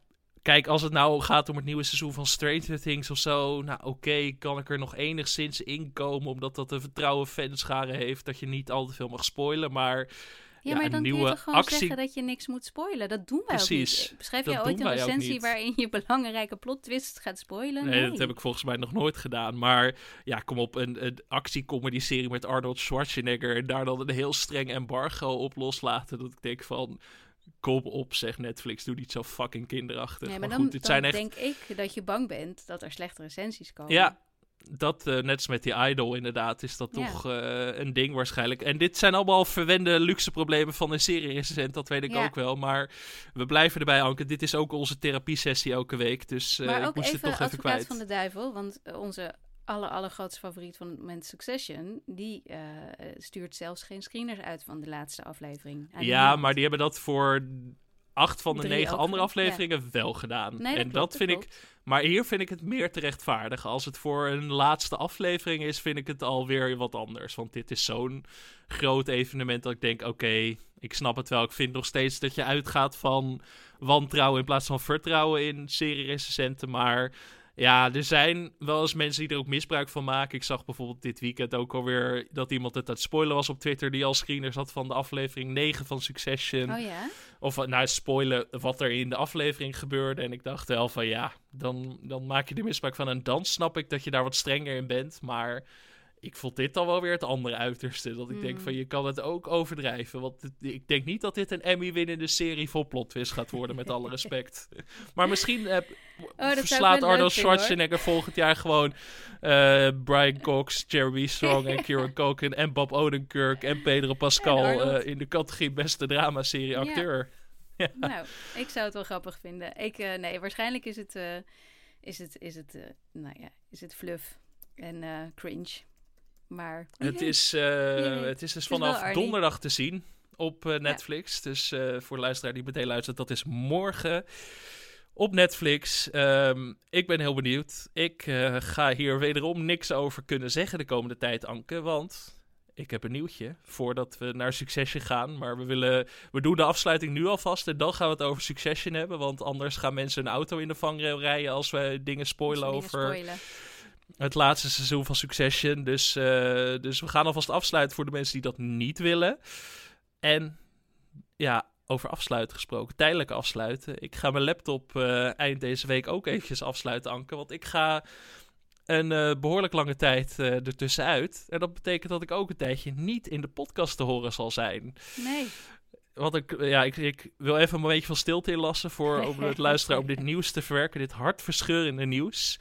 kijk, als het nou gaat om het nieuwe seizoen van Stranger Things of zo... Nou, oké, okay, kan ik er nog enigszins inkomen... omdat dat een vertrouwen fanschare heeft... dat je niet al te veel mag spoilen, maar... Ja, Ja, maar dan een kun je nieuwe toch gewoon actie... zeggen dat je niks moet spoilen. Dat doen wij Precies, ook niet. Beschrijf dat jij ooit doen een wij ook recensie niet. waarin je belangrijke plot twist gaat spoilen? Nee, Nee, dat heb ik volgens mij nog nooit gedaan. Maar ja, kom op, een, een actiecomedy-serie met Arnold Schwarzenegger... en daar dan een heel streng embargo op loslaten... dat ik denk van... Kom op, zeg Netflix, doe niet zo fucking kinderachtig. Nee, maar, maar dan, goed, dit dan zijn echt... denk ik dat je bang bent dat er slechte recensies komen. Ja, dat, uh, net als met die Idol inderdaad, is dat Ja. toch uh, een ding waarschijnlijk. En dit zijn allemaal verwende luxe problemen van een serie-recensent, dat weet ik Ja. ook wel. Maar we blijven erbij, Anke. Dit is ook onze therapiesessie elke week, dus uh, Maar ik ook moest even het toch even advocaat kwijt. van de duivel, want uh, onze aller, allergrootste favoriet van het moment, Succession, die uh, stuurt zelfs geen screeners uit van de laatste aflevering. Aan Ja, niemand. maar die hebben dat voor acht van de Drie negen ook, andere ja. afleveringen wel gedaan. Nee, dat en klopt, dat dat vind ik... klopt. Maar hier vind ik het meer te rechtvaardigen. Als het voor een laatste aflevering is, vind ik het alweer wat anders. Want dit is zo'n groot evenement dat ik denk, oké, okay, ik snap het wel. Ik vind nog steeds dat je uitgaat van wantrouwen in plaats van vertrouwen in serie-recensenten. Maar ja, er zijn wel eens mensen die er ook misbruik van maken. Ik zag bijvoorbeeld dit weekend ook alweer dat iemand het aan het spoilen was op Twitter, die al screeners had van de aflevering negen van Succession. Oh ja? Of nou, spoilen wat er in de aflevering gebeurde. En ik dacht wel van ja, dan, dan maak je er misbruik van. En dan snap ik dat je daar wat strenger in bent. Maar ik vond dit dan wel weer het andere uiterste. Dat ik Mm. denk van je kan het ook overdrijven. Want het- ik denk niet dat dit een Emmy-winnende serie vol plot twist gaat worden, met alle respect. Maar misschien eh, zou ik verslaat wel leuk Arnold vinden, hoor. Schwarzenegger volgend jaar gewoon eh, Brian Cox, Jeremy Strong en Kieran Culkin en Bob Odenkirk en Pedro Pascal En Arnold. eh, in de categorie beste dramaserie Ja. acteur. Ja. Nou, ik zou het wel grappig vinden. Ik, uh, nee, waarschijnlijk is het, uh, is het, is het, uh, nou ja, is het fluff en uh, cringe. Maar Het is, uh, Jee. het is dus Het is vanaf wel Arnie. donderdag te zien op uh, Netflix. Dus uh, voor de luisteraar die meteen luistert, dat is morgen op Netflix. Um, ik ben heel benieuwd. Ik uh, ga hier wederom niks over kunnen zeggen de komende tijd, Anke. Want ik heb een nieuwtje voordat we naar Succession gaan. Maar we, willen, we doen de afsluiting nu alvast en dan gaan we het over Succession hebben. Want anders gaan mensen een auto in de vangrail rijden als we dingen spoilen Als we dingen over... spoilen. Het laatste seizoen van Succession. Dus, uh, dus we gaan alvast afsluiten voor de mensen die dat niet willen. En ja, over afsluiten gesproken. Tijdelijk afsluiten. Ik ga mijn laptop uh, eind deze week ook eventjes afsluiten, Anke. Want ik ga een uh, behoorlijk lange tijd uh, ertussenuit. En dat betekent dat ik ook een tijdje niet in de podcast te horen zal zijn. Nee. Want ik, ja, ik, ik wil even een beetje van stilte inlassen voor om het luisteraar om dit nieuws te verwerken. Dit hartverscheurende nieuws.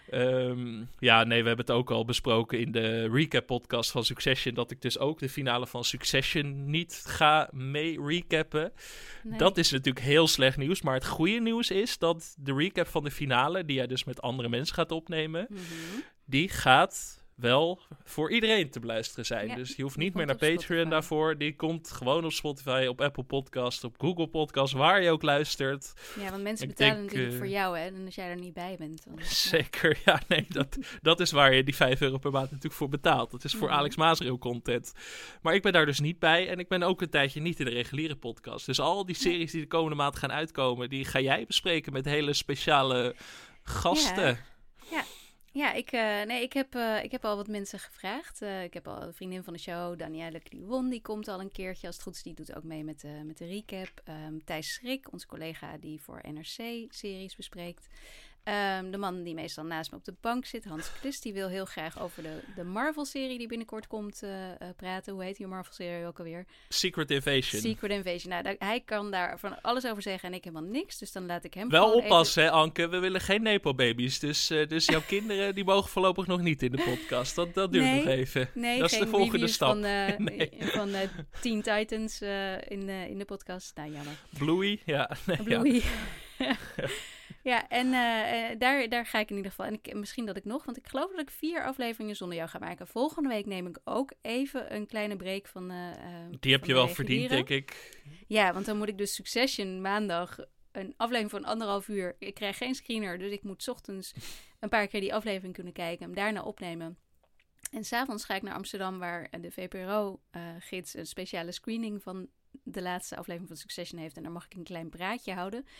Um, ja, nee, we hebben het ook al besproken in de recap-podcast van Succession, dat ik dus ook de finale van Succession niet ga mee recappen. Nee. Dat is natuurlijk heel slecht nieuws, maar het goede nieuws is dat de recap van de finale, die jij dus met andere mensen gaat opnemen, Mm-hmm. die gaat wel voor iedereen te beluisteren zijn. Ja, dus je hoeft die niet meer komt naar op Patreon Spotify. daarvoor. Die komt gewoon op Spotify, op Apple Podcast, op Google Podcast, waar je ook luistert. Ja, want mensen Ik betalen denk, natuurlijk uh, voor jou, hè. En als jij er niet bij bent, dan... Zeker, ja, nee, dat, dat is waar je die vijf euro per maand natuurlijk voor betaalt. Dat is voor Mhm. Alex Maasreel content. Maar ik ben daar dus niet bij en ik ben ook een tijdje niet in de reguliere podcast. Dus al die series die de komende maand gaan uitkomen, die ga jij bespreken met hele speciale gasten. Ja. Ja, ja ik, uh, nee, ik, heb, uh, ik heb al wat mensen gevraagd. Uh, ik heb al een vriendin van de show, Danielle Kliwon, die komt al een keertje. Als het goed is, die doet ook mee met de, met de recap. Um, Thijs Schrik, onze collega die voor N R C-series bespreekt. Um, de man die meestal naast me op de bank zit, Hans Klus, die wil heel graag over de, de Marvel-serie die binnenkort komt uh, uh, praten. Hoe heet die Marvel-serie ook alweer? Secret Invasion. Secret Invasion. Nou, daar, hij kan daar van alles over zeggen en ik helemaal niks. Dus dan laat ik hem Wel gewoon oppassen, hè, Anke. We willen geen nepo-baby's. Dus, uh, dus jouw kinderen die mogen voorlopig nog niet in de podcast. Dat, dat duurt nee, nog even. Nee, dat is geen de volgende reviews stap. van, uh, nee. van uh, Teen Titans uh, in, uh, in de podcast. Nou, jammer. Bluey, ja. Nee, Bluey. Ja. Ja, en uh, daar, daar ga ik in ieder geval. En ik, misschien dat ik nog, want ik geloof dat ik vier afleveringen zonder jou ga maken. Volgende week neem ik ook even een kleine break van. Uh, Die heb van je de wel verdiend, reguliere. denk ik. Ja, want dan moet ik dus Succession maandag een aflevering van anderhalf uur. Ik krijg geen screener, dus ik moet 's ochtends een paar keer die aflevering kunnen kijken, hem daarna opnemen. En 's avonds ga ik naar Amsterdam, waar de V P R O-gids uh, een speciale screening van de laatste aflevering van Succession heeft. En daar mag ik een klein praatje houden.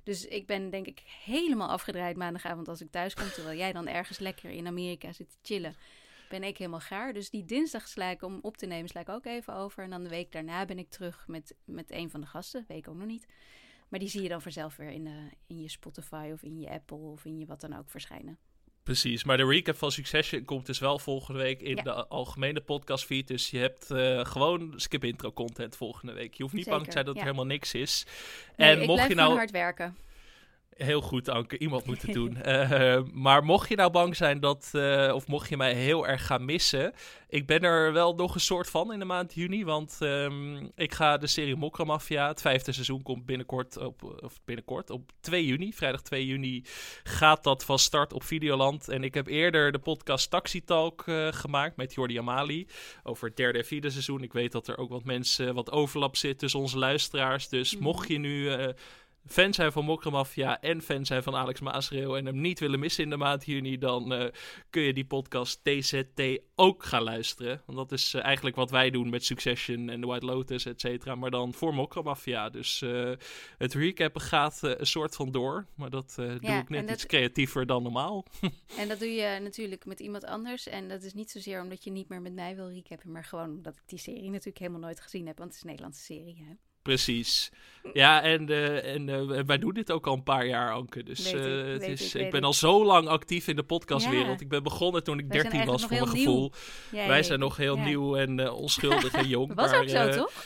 Dus ik ben denk ik helemaal afgedraaid maandagavond als ik thuis kom. Terwijl jij dan ergens lekker in Amerika zit te chillen. Ben ik helemaal gaar. Dus die dinsdag sla ik om op te nemen sla ik ook even over. En dan de week daarna ben ik terug met, met een van de gasten. Weet ik ook nog niet. Maar die zie je dan vanzelf weer in, de, in je Spotify of in je Apple of in je wat dan ook verschijnen. Precies, maar de recap van Succession komt dus wel volgende week in Ja. de algemene podcastfeed. Dus je hebt uh, gewoon skip intro content volgende week. Je hoeft niet Zeker, bang te zijn dat er ja. helemaal niks is. Nee, en ik mocht blijf je nou gewoon hard werken. Heel goed, Anke. Iemand moet het doen. uh, maar mocht je nou bang zijn dat, uh, of mocht je mij heel erg gaan missen, ik ben er wel nog een soort van in de maand juni, want um, ik ga de serie Mokra Mafia, het vijfde seizoen, komt binnenkort op, of binnenkort op twee juni, vrijdag twee juni, gaat dat van start op Videoland. En ik heb eerder de podcast Taxi Talk uh, gemaakt met Jordi Amali over het derde en vierde seizoen. Ik weet dat er ook wat mensen, wat overlap zit tussen onze luisteraars, dus mm. mocht je nu Uh, fan zijn van Mokra Mafia en fan zijn van Alex Maasreel en hem niet willen missen in de maand juni, dan uh, kun je die podcast T Z T ook gaan luisteren. Want dat is uh, eigenlijk wat wij doen met Succession en The White Lotus, et cetera. Maar dan voor Mokra Mafia. Dus uh, het recappen gaat uh, een soort van door. Maar dat uh, doe ja, ik net dat... iets creatiever dan normaal. En dat doe je natuurlijk met iemand anders. En dat is niet zozeer omdat je niet meer met mij wil recappen, maar gewoon omdat ik die serie natuurlijk helemaal nooit gezien heb. Want het is een Nederlandse serie, hè. Precies. Ja, en, uh, en uh, wij doen dit ook al een paar jaar, Anke. Dus weet uh, ik, het weet is, ik, ik ben ik. al zo lang actief in de podcastwereld. Ja. Ik ben begonnen toen ik wij dertien was, voor mijn nieuw. gevoel. Ja, wij ja, zijn nog heel ja. nieuw en uh, onschuldig en jong. Dat was maar, ook zo, uh, toch?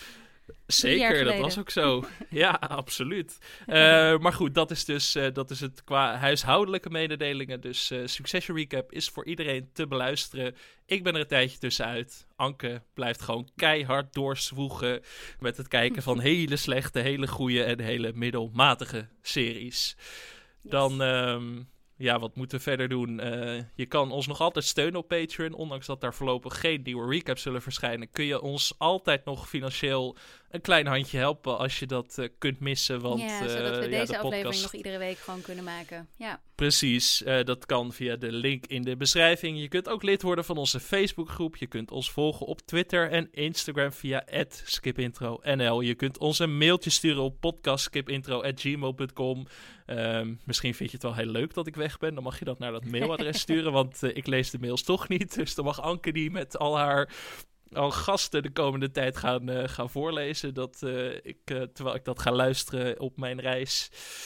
Zeker, dat was ook zo. Ja, absoluut. Uh, maar goed, dat is dus uh, dat is het qua huishoudelijke mededelingen. Dus uh, Succession Recap is voor iedereen te beluisteren. Ik ben er een tijdje tussenuit. Anke blijft gewoon keihard doorzwoegen met het kijken van hele slechte, hele goede en hele middelmatige series. Yes. Dan, um, ja, wat moeten we verder doen? Uh, je kan ons nog altijd steunen op Patreon. Ondanks dat daar voorlopig geen nieuwe recaps zullen verschijnen, kun je ons altijd nog financieel een klein handje helpen als je dat uh, kunt missen. Want, ja, zodat we uh, deze ja, de aflevering podcast... nog iedere week gewoon kunnen maken. Ja. Precies, uh, dat kan via de link in de beschrijving. Je kunt ook lid worden van onze Facebookgroep. Je kunt ons volgen op Twitter en Instagram via at skipintro punt n l. Je kunt ons een mailtje sturen op podcast skipintro at gmail punt com. Um, misschien vind je het wel heel leuk dat ik weg ben. Dan mag je dat naar dat mailadres sturen, want uh, ik lees de mails toch niet. Dus dan mag Anke die met al haar al gasten de komende tijd gaan, uh, gaan voorlezen. Dat, uh, ik, uh, terwijl ik dat ga luisteren op mijn reis.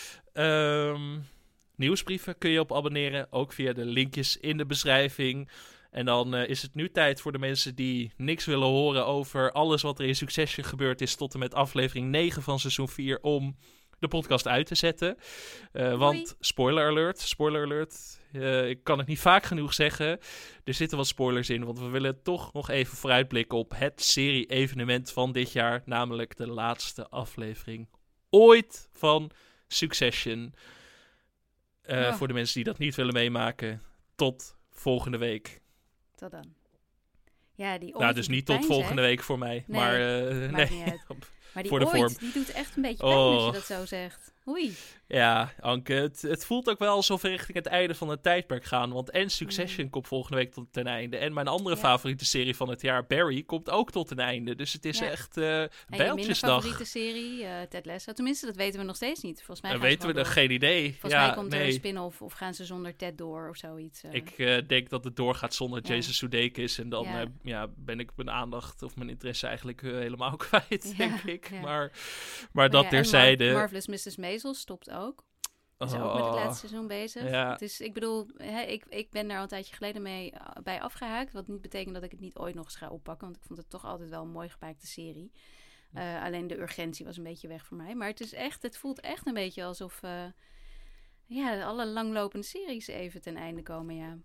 Um, nieuwsbrieven kun je op abonneren. Ook via de linkjes in de beschrijving. En dan uh, is het nu tijd voor de mensen die niks willen horen over alles wat er in Succession gebeurd is tot en met aflevering negen van seizoen vier om de podcast uit te zetten. Uh, want, spoiler alert, spoiler alert. Uh, ik kan het niet vaak genoeg zeggen. Er zitten wat spoilers in, want we willen toch nog even vooruitblikken op het serie-evenement van dit jaar. Namelijk de laatste aflevering ooit van Succession. Uh, oh. Voor de mensen die dat niet willen meemaken, tot volgende week. Tot dan. Ja, die ooit nou, dus niet tot pijn, volgende zeg. week voor mij. Nee, maar uh, maakt nee. niet uit. Maar die voor de ooit, vorm. die doet echt een beetje pijn oh. als je dat zo zegt. Oei. Ja, Anke, het, het voelt ook wel alsof we richting het einde van het tijdperk gaan. Want en Succession mm. komt volgende week tot ten einde. En mijn andere ja. favoriete serie van het jaar, Barry, komt ook tot een einde. Dus het is ja. echt uh, bijltjesdag. En je minder favoriete serie, uh, Ted Lasso. Tenminste, dat weten we nog steeds niet. Volgens mij Dan gaan weten we door. er geen idee. Volgens ja, mij komt nee. er een spin-off of gaan ze zonder Ted door of zoiets. Uh. Ik uh, denk dat het doorgaat zonder ja. Jason Sudeikis. En dan ja. Uh, ja, ben ik mijn aandacht of mijn interesse eigenlijk uh, helemaal kwijt, ja. denk ik. Ja. Maar, maar dat ja, terzijde. Mar- Marvelous missus Maisel stopt ook. Is oh, ook met het laatste seizoen bezig. Ja. Het is, ik bedoal, hè, ik, ik ben daar al een tijdje geleden mee uh, bij afgehaakt. Wat niet betekent dat ik het niet ooit nog eens ga oppakken. Want ik vond het toch altijd wel een mooi gemaakte serie. Uh, alleen de urgentie was een beetje weg voor mij. Maar het is echt, het voelt echt een beetje alsof uh, ja, alle langlopende series even ten einde komen, ja.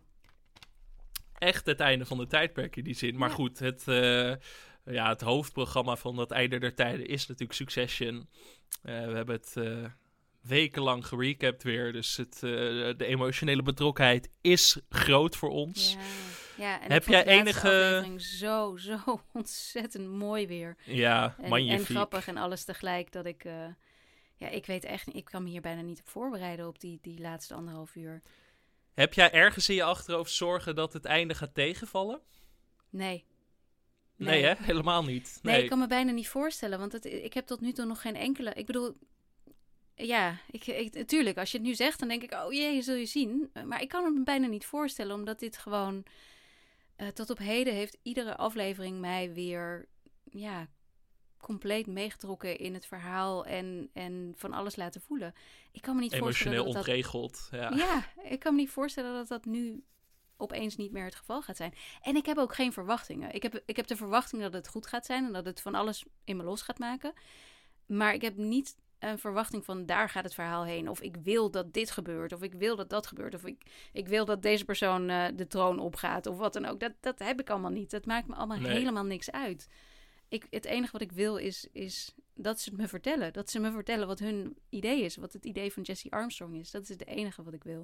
Echt het einde van de tijdperk in die zin. Maar ja. goed, het, uh, ja, het hoofdprogramma van dat einde der tijden is natuurlijk Succession. Uh, we hebben het Uh, wekenlang gerecapt weer. Dus het, uh, de emotionele betrokkenheid is groot voor ons. Ja, ja en heb ik vond jij de enige aflevering zo, zo ontzettend mooi weer. Ja, en, magnifiek. En grappig en alles tegelijk dat ik... Uh, ja, ik weet echt niet... Ik kan me hier bijna niet op voorbereiden op die, die laatste anderhalf uur. Heb jij ergens in je achterhoofd zorgen dat het einde gaat tegenvallen? Nee. Nee, nee hè? Helemaal niet. Nee. nee, ik kan me bijna niet voorstellen. Want het, ik heb tot nu toe nog geen enkele... Ik bedoel... Ja, ik, ik, natuurlijk, als je het nu zegt, dan denk ik, oh jee, zul je zien. Maar ik kan het me bijna niet voorstellen, omdat dit gewoon... Uh, tot op heden heeft iedere aflevering mij weer... ja, compleet meegetrokken in het verhaal en, en van alles laten voelen. Ik kan me niet Emotioneel voorstellen dat ontregeld. dat... Ja. ja, ik kan me niet voorstellen dat dat nu opeens niet meer het geval gaat zijn. En ik heb ook geen verwachtingen. Ik heb, ik heb de verwachting dat het goed gaat zijn en dat het van alles in me los gaat maken. Maar ik heb niet een verwachting van daar gaat het verhaal heen. Of ik wil dat dit gebeurt. Of ik wil dat dat gebeurt. Of ik, ik wil dat deze persoon uh, de troon opgaat. Of wat dan ook. Dat, dat heb ik allemaal niet. Dat maakt me allemaal nee. helemaal niks uit. Ik, het enige wat ik wil is, is dat ze het me vertellen. Dat ze me vertellen wat hun idee is. Wat het idee van Jesse Armstrong is. Dat is het enige wat ik wil.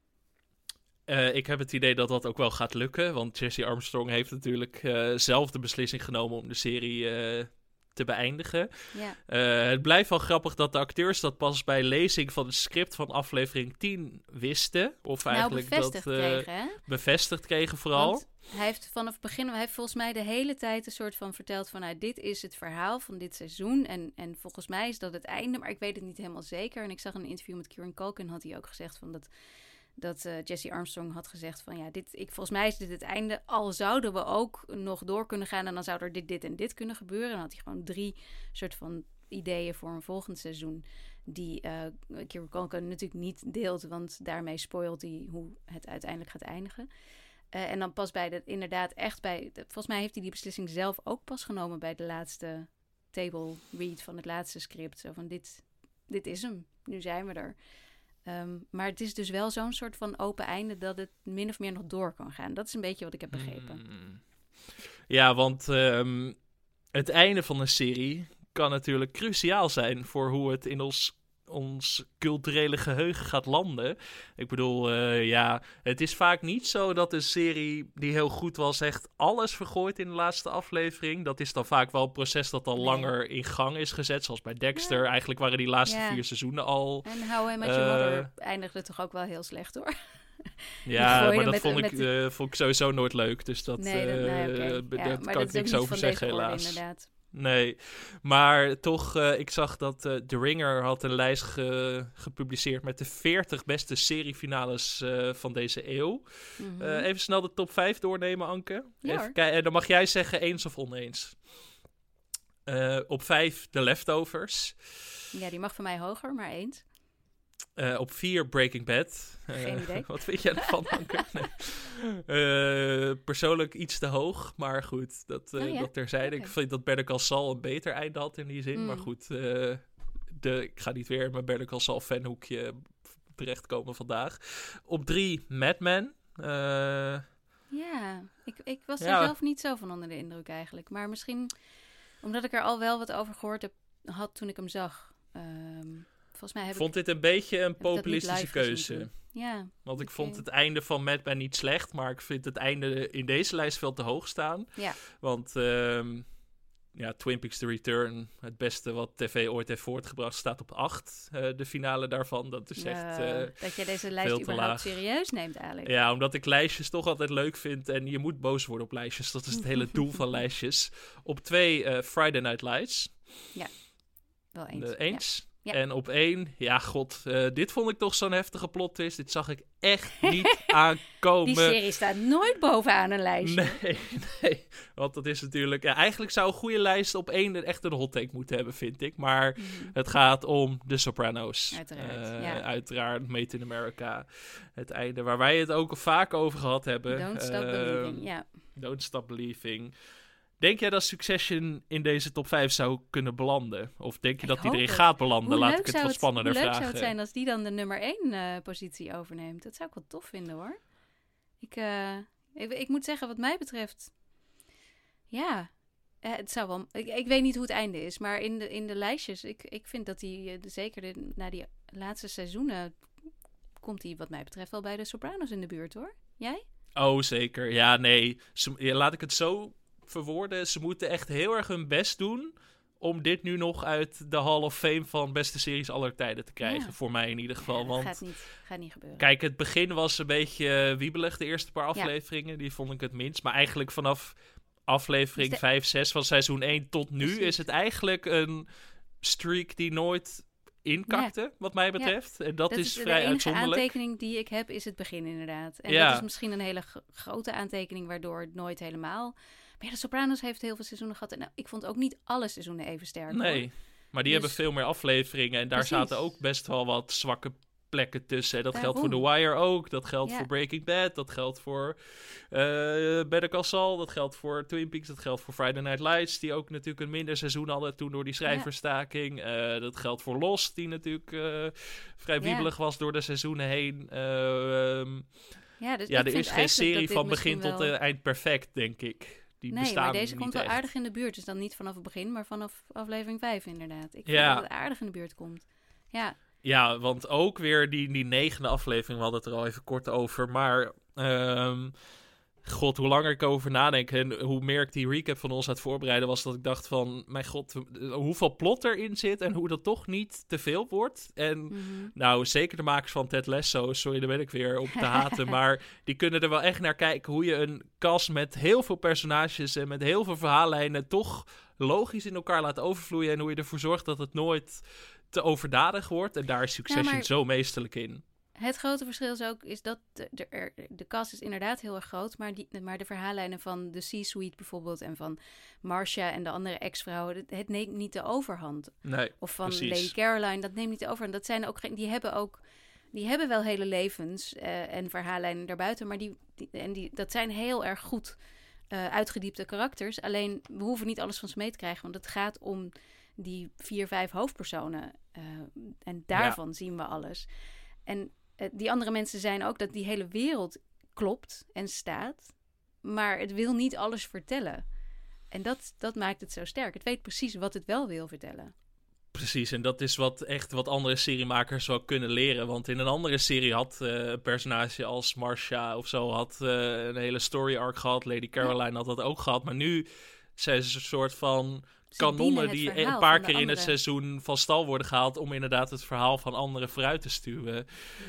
Uh, ik heb het idee dat dat ook wel gaat lukken. Want Jesse Armstrong heeft natuurlijk uh, zelf de beslissing genomen om de serie uh, te beëindigen. Ja. Uh, het blijft wel grappig dat de acteurs dat pas bij lezing van het script van aflevering tien wisten. Of nou, eigenlijk bevestigd dat uh, kregen, hè? bevestigd kregen vooral. Want hij heeft vanaf het begin, hij heeft volgens mij de hele tijd een soort van verteld van, nou, dit is het verhaal van dit seizoen. En, en volgens mij is dat het einde, maar ik weet het niet helemaal zeker. En ik zag in een interview met Kieran Culkin, had hij ook gezegd van dat... Dat uh, Jesse Armstrong had gezegd van ja, dit, ik, volgens mij is dit het einde. Al zouden we ook nog door kunnen gaan en dan zou er dit, dit en dit kunnen gebeuren. En dan had hij gewoon drie soort van ideeën voor een volgend seizoen. Die uh, Kieran Culkin natuurlijk niet deelt, want daarmee spoilt hij hoe het uiteindelijk gaat eindigen. Uh, en dan pas bij de, inderdaad echt bij, de, volgens mij heeft hij die beslissing zelf ook pas genomen bij de laatste table read van het laatste script. Zo van dit, dit is hem, nu zijn we er. Um, maar het is dus wel zo'n soort van open einde dat het min of meer nog door kan gaan. Dat is een beetje wat ik heb begrepen. Mm. Ja, want um, het einde van een serie kan natuurlijk cruciaal zijn voor hoe het in ons, ons culturele geheugen gaat landen. Ik bedoel, uh, ja, het is vaak niet zo dat een serie die heel goed was echt alles vergooit in de laatste aflevering. Dat is dan vaak wel een proces dat al nee. langer in gang is gezet, zoals bij Dexter. Ja. Eigenlijk waren die laatste ja. vier seizoenen al... En How I Met Your uh, Mother eindigde toch ook wel heel slecht, hoor. Ja, maar dat met, vond, ik, de... uh, vond ik sowieso nooit leuk. Dus dat, nee, dat, nee, okay. uh, ja, daar kan ik niks over zeggen, helaas. Orde, inderdaad. Nee, maar toch, uh, ik zag dat uh, The Ringer had een lijst ge- gepubliceerd met de veertig beste seriefinales uh, van deze eeuw. Mm-hmm. Uh, even snel de top vijf doornemen, Anke. Ja, even kijken, en dan mag jij zeggen eens of oneens. Uh, op vijf The Leftovers. Ja, die mag van mij hoger, maar eens. Uh, op vier Breaking Bad. Uh, Geen idee. Wat vind jij ervan, Anke? Nee. Uh, persoonlijk iets te hoog, maar goed, dat, uh, oh, ja? dat terzijde. Okay. Ik vind dat Better Call Saul een beter einde had in die zin. Mm. Maar goed, uh, de, ik ga niet weer in mijn Better Call Saul fanhoekje terechtkomen vandaag. Op drie Mad Men. Uh, ja, ik, ik was ja. er zelf niet zo van onder de indruk eigenlijk. Maar misschien omdat ik er al wel wat over gehoord heb, had toen ik hem zag. Um, Volgens mij heb vond ik, dit een beetje een populistische keuze. Ja. Want ik okay. vond het einde van Mad Men niet slecht, maar ik vind het einde in deze lijst veel te hoog staan. Ja. Want um, ja, Twin Peaks The Return, het beste wat tv ooit heeft voortgebracht, staat op acht. Uh, de finale daarvan, dat is uh, echt uh, dat jij deze lijst überhaupt laag. serieus neemt, Alex. Ja, omdat ik lijstjes toch altijd leuk vind en je moet boos worden op lijstjes. Dat is het hele doel van lijstjes. Op twee uh, Friday Night Lights. Ja, wel eens. Uh, eens. Ja. Ja. En op één, ja god, uh, dit vond ik toch zo'n heftige plot twist. Dit zag ik echt niet aankomen. Die serie staat nooit bovenaan een lijstje. Nee, nee. Want dat is natuurlijk... Ja, eigenlijk zou een goede lijst op één echt een hot take moeten hebben, vind ik. Maar mm-hmm. het gaat om The Sopranos. Uiteraard, uh, ja. Uiteraard, Made in America. Het einde waar wij het ook vaak over gehad hebben. Don't Stop uh, Believing, ja. Don't Stop Believing. Denk jij dat Succession in deze top vijf zou kunnen belanden? Of denk je ik dat die erin het. gaat belanden? Hoe Laat ik het wat spannender vragen. vragen. Hoe leuk zou het zijn als die dan de nummer één uh, positie overneemt? Dat zou ik wel tof vinden, hoor. Ik, uh, ik, ik moet zeggen, wat mij betreft... Ja, uh, het zou wel... Ik, ik weet niet hoe het einde is, maar in de, in de lijstjes... Ik, ik vind dat die, uh, zeker de, na die laatste seizoenen... komt hij wat mij betreft wel bij de Sopranos in de buurt, hoor. Jij? Oh, zeker. Ja, nee. Ja, laat ik het zo... verwoorden. Ze moeten echt heel erg hun best doen om dit nu nog uit de Hall of Fame van beste series aller tijden te krijgen. Ja. Voor mij in ieder geval. Ja, want gaat niet, gaat niet gebeuren. Kijk, het begin was een beetje wiebelig, de eerste paar afleveringen. Ja. Die vond ik het minst. Maar eigenlijk vanaf aflevering vijf, zes van seizoen één tot nu Precies. is het eigenlijk een streak die nooit inkakte, Ja. wat mij betreft. Ja. En dat, dat is, is vrij de enige uitzonderlijk. aantekening die ik heb, is het begin inderdaad. En Ja. dat is misschien een hele g- grote aantekening, waardoor het nooit helemaal... Maar ja, de Sopranos heeft heel veel seizoenen gehad. En nou, ik vond ook niet alle seizoenen even sterk. Nee, hoor. maar die Dus- hebben veel meer afleveringen. En daar Precies. zaten ook best wel wat zwakke plekken tussen. Dat geldt voor The Daarom. Wire ook. Dat geldt Ja. voor Breaking Bad. Dat geldt voor uh, Better Call Saul. Dat geldt voor Twin Peaks. Dat geldt voor Friday Night Lights. Die ook natuurlijk een minder seizoen hadden toen door die schrijverstaking. Uh, dat geldt voor Lost. Die natuurlijk uh, vrij wiebelig ja. was door de seizoenen heen. Uh, um, ja, dus ja, ik er vind is geen serie dat van begin wel... tot uh, eind perfect, denk ik. Die nee, maar deze niet komt wel echt. aardig in de buurt. Dus dan niet vanaf het begin, maar vanaf aflevering vijf inderdaad. Ik vind ja. dat het aardig in de buurt komt. Ja. Ja, want ook weer die, die negende aflevering, we hadden het er al even kort over. Maar, um, god, hoe langer ik over nadenk en hoe meer ik die recap van ons aan het voorbereiden was, dat ik dacht van, mijn god, hoeveel plot erin zit en hoe dat toch niet te veel wordt. En mm-hmm. nou, zeker de makers van Ted Lasso, sorry, daar ben ik weer op te haten, maar die kunnen er wel echt naar kijken hoe je een cast met heel veel personages en met heel veel verhaallijnen toch logisch in elkaar laat overvloeien en hoe je ervoor zorgt dat het nooit te overdadig wordt. En daar is Succession ja, maar zo meesterlijk in. Het grote verschil is ook is dat de, de, de cast is inderdaad heel erg groot, maar, die, maar de verhaallijnen van de C-suite bijvoorbeeld en van Marcia en de andere ex-vrouwen, het, het neemt niet de overhand. Nee, of van precies. Lady Caroline, dat neemt niet de overhand. Dat zijn ook, die hebben ook, die hebben wel hele levens uh, en verhaallijnen daarbuiten, maar die, die, en die, dat zijn heel erg goed uh, uitgediepte karakters. Alleen, we hoeven niet alles van ze mee te krijgen, want het gaat om die vier, vijf hoofdpersonen. Uh, en daarvan ja. zien we alles. En uh, die andere mensen zijn ook dat die hele wereld klopt en staat. Maar het wil niet alles vertellen. En dat, dat maakt het zo sterk. Het weet precies wat het wel wil vertellen. Precies, en dat is wat echt wat andere seriemakers wel kunnen leren. Want in een andere serie had uh, een personage als Marcia of zo had uh, een hele story arc gehad. Lady Caroline ja. had dat ook gehad. Maar nu zijn ze een soort van kanonnen die een paar keer andere. in het seizoen van stal worden gehaald om inderdaad het verhaal van anderen vooruit te stuwen.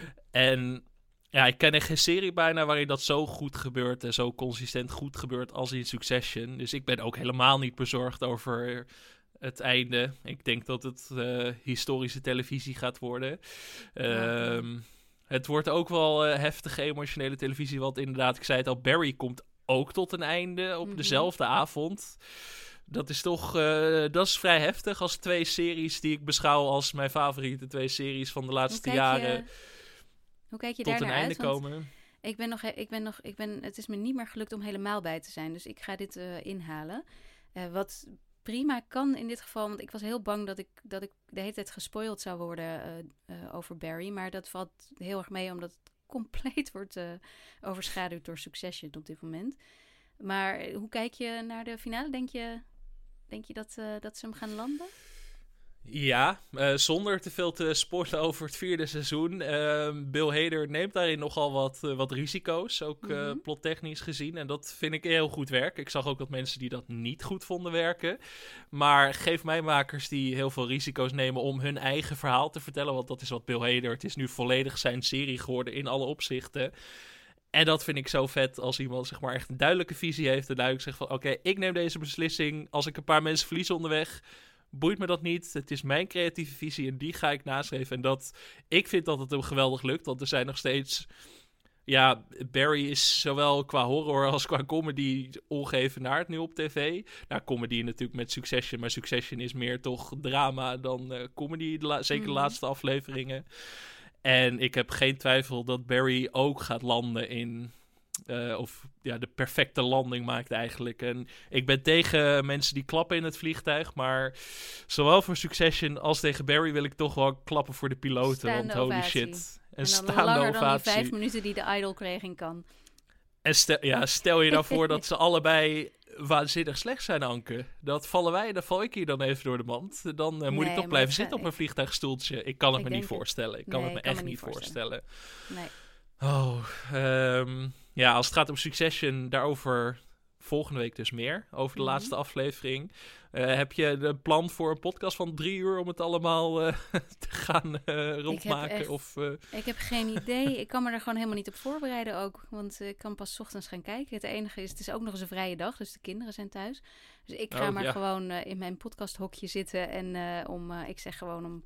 En ja, ik ken echt geen serie bijna waarin dat zo goed gebeurt en zo consistent goed gebeurt als in Succession. Dus ik ben ook helemaal niet bezorgd over het einde. Ik denk dat het uh, historische televisie gaat worden. Ja. Um, het wordt ook wel uh, heftige emotionele televisie, want inderdaad, ik zei het al, Barry komt ook tot een einde op mm-hmm. dezelfde avond. Dat is toch, uh, dat is vrij heftig als twee series die ik beschouw als mijn favoriete twee series van de laatste hoe jaren je, hoe kijk je tot daar een naar einde uit? Want komen. Ik ben nog, ik ben nog, ik ben, het is me niet meer gelukt om helemaal bij te zijn, dus ik ga dit uh, inhalen. Uh, wat prima kan in dit geval, want ik was heel bang dat ik, dat ik de hele tijd gespoild zou worden uh, uh, over Barry, maar dat valt heel erg mee omdat het compleet wordt uh, overschaduwd door Succession op dit moment. Maar hoe kijk je naar de finale? Denk je, denk je dat, uh, dat ze hem gaan landen? Ja, uh, zonder te veel te spoilen over het vierde seizoen. Uh, Bill Hader neemt daarin nogal wat, uh, wat risico's, ook uh, mm-hmm. plottechnisch gezien. En dat vind ik heel goed werk. Ik zag ook dat mensen die dat niet goed vonden werken. Maar geef mij makers die heel veel risico's nemen om hun eigen verhaal te vertellen. Want dat is wat Bill Hader, het is nu volledig zijn serie geworden in alle opzichten. En dat vind ik zo vet als iemand zeg maar echt een duidelijke visie heeft. En duidelijk zegt van oké, okay, ik neem deze beslissing. Als ik een paar mensen verlies onderweg, boeit me dat niet. Het is mijn creatieve visie en die ga ik naschrijven. En dat, ik vind dat het hem geweldig lukt. Want er zijn nog steeds... Ja, Barry is zowel qua horror als qua comedy ongeëvenaard nu op tv. Nou, comedy natuurlijk met Succession. Maar Succession is meer toch drama dan uh, comedy. De la- zeker de mm-hmm. laatste afleveringen. En ik heb geen twijfel dat Barry ook gaat landen in... Uh, of ja, de perfecte landing maakt eigenlijk. En ik ben tegen mensen die klappen in het vliegtuig. Maar zowel voor Succession als tegen Barry wil ik toch wel klappen voor de piloten. Staande want holy ovatie. shit. En, en dan langer ovatie. Dan die vijf minuten die de Idol kreeg in kan. En stel, ja, stel je nou voor dat ze allebei waanzinnig slecht zijn, Anke. Dat vallen wij, dan val ik hier dan even door de mand. Dan uh, moet nee, ik toch blijven ga, zitten op een vliegtuigstoeltje. Ik kan het ik me niet voorstellen. Ik kan nee, het me kan echt me niet voorstellen. voorstellen. Nee. Oh, um, ja, als het gaat om Succession, daarover volgende week dus meer. Over de mm-hmm. laatste aflevering. Uh, heb je een plan voor een podcast van drie uur om het allemaal uh, te gaan uh, rondmaken? Ik heb, echt, of, uh... ik heb geen idee. Ik kan me er gewoon helemaal niet op voorbereiden ook. Want uh, ik kan pas 's ochtends gaan kijken. Het enige is, het is ook nog eens een vrije dag. Dus de kinderen zijn thuis. Dus ik ga oh, maar ja. gewoon uh, in mijn podcasthokje zitten. En uh, om, uh, ik zeg gewoon om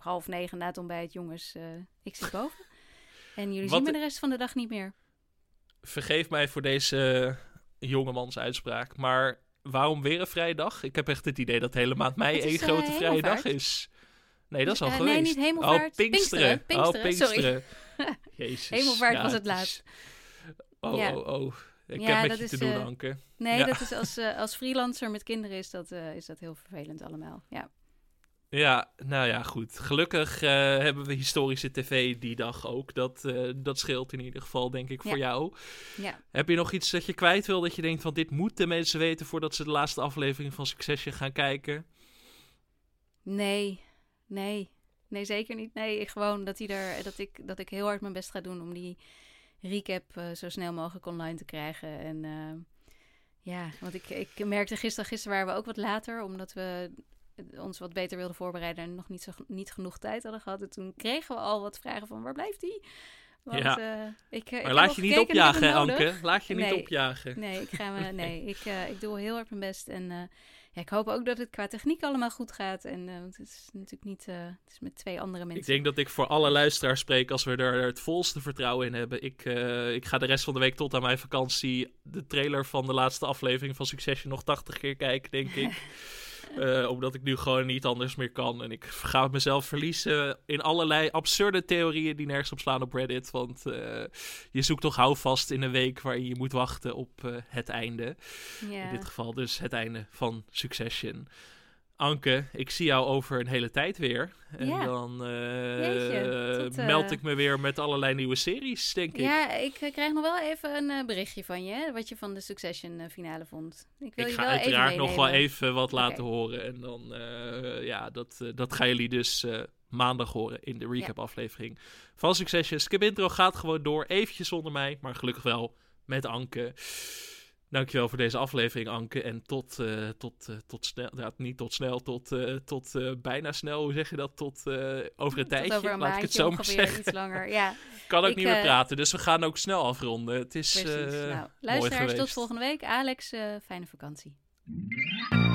half negen na het ontbijt, jongens, uh, ik zit boven. En jullie Wat zien me de- de rest van de dag niet meer. Vergeef mij voor deze uh, jongemans uitspraak, maar waarom weer een vrije dag? Ik heb echt het idee dat de hele maand mei Het is, één uh, grote vrije dag hemelvaart. is. Nee, dat is al Uh, geweest. nee, niet hemelvaart. Oh, Pinksteren. Pinksteren, Oh, Pinksteren, Pinksteren. Jezus. Hemelvaart ja, was het is- laatst. Oh, Ja. oh, oh. Ik Ja, heb met dat je is, te doen, uh, Anke. Nee, Ja. dat is als, uh, als freelancer met kinderen is dat, uh, is dat heel vervelend allemaal. Ja. Ja, nou ja, goed. Gelukkig uh, hebben we historische tv die dag ook. Dat, uh, dat scheelt in ieder geval, denk ik, voor Ja. jou. Ja. Heb je nog iets dat je kwijt wil, dat je denkt van dit moeten mensen weten voordat ze de laatste aflevering van Succession gaan kijken? Nee, nee. Nee, zeker niet. Nee, ik, gewoon dat, hij er, dat, ik, dat ik heel hard mijn best ga doen om die recap uh, zo snel mogelijk online te krijgen. En uh, ja, want ik, ik merkte gisteren, gisteren waren we ook wat later, omdat we ons wat beter wilden voorbereiden en nog niet, zo, niet genoeg tijd hadden gehad. En toen kregen we al wat vragen van waar blijft hij? Want, Ja. uh, ik, uh, ik Maar laat heb je al niet gekeken en ik heb opjagen, hem Anke. nodig. Laat je niet Nee. opjagen. Nee, ik ga me, nee, ik, uh, ik doe heel hard mijn best. En uh, ja, ik hoop ook dat het qua techniek allemaal goed gaat. En uh, want het is natuurlijk niet, uh, het is met twee andere mensen. Ik denk dat ik voor alle luisteraars spreek als we er het volste vertrouwen in hebben. Ik, uh, ik ga de rest van de week tot aan mijn vakantie de trailer van de laatste aflevering van Succession nog tachtig keer kijken, denk ik. Uh, omdat ik nu gewoon niet anders meer kan. En ik ga mezelf verliezen in allerlei absurde theorieën die nergens op slaan op Reddit. Want uh, je zoekt toch houvast in een week waarin je moet wachten op uh, het einde. Ja. In dit geval dus het einde van Succession. Anke, ik zie jou over een hele tijd weer. En Ja. dan uh, Jeetje, tot, uh... meld ik me weer met allerlei nieuwe series, denk ik. Ja, ik uh, krijg nog wel even een uh, berichtje van je, hè, wat je van de Succession uh, finale vond. Ik wil Ik je ga wel uiteraard even nog wel meenemen. even wat laten Oké. horen. En dan, uh, ja, dat, uh, dat gaan jullie dus uh, maandag horen in de recap-aflevering van Succession. Skip Intro gaat gewoon door, eventjes zonder mij, maar gelukkig wel met Anke. Dankjewel voor deze aflevering, Anke. En tot, uh, tot, uh, tot snel, ja, niet tot snel, tot, uh, tot uh, bijna snel, hoe zeg je dat? Tot uh, over een tijdje, Tot over een laat ik het maandje zo maar ongeveer, zeggen. iets langer. Ja, Kan ook Ik, niet meer uh, praten, dus we gaan ook snel afronden. Het is precies. uh, nou, mooi luisteraars, geweest. tot volgende week. Alex, uh, fijne vakantie.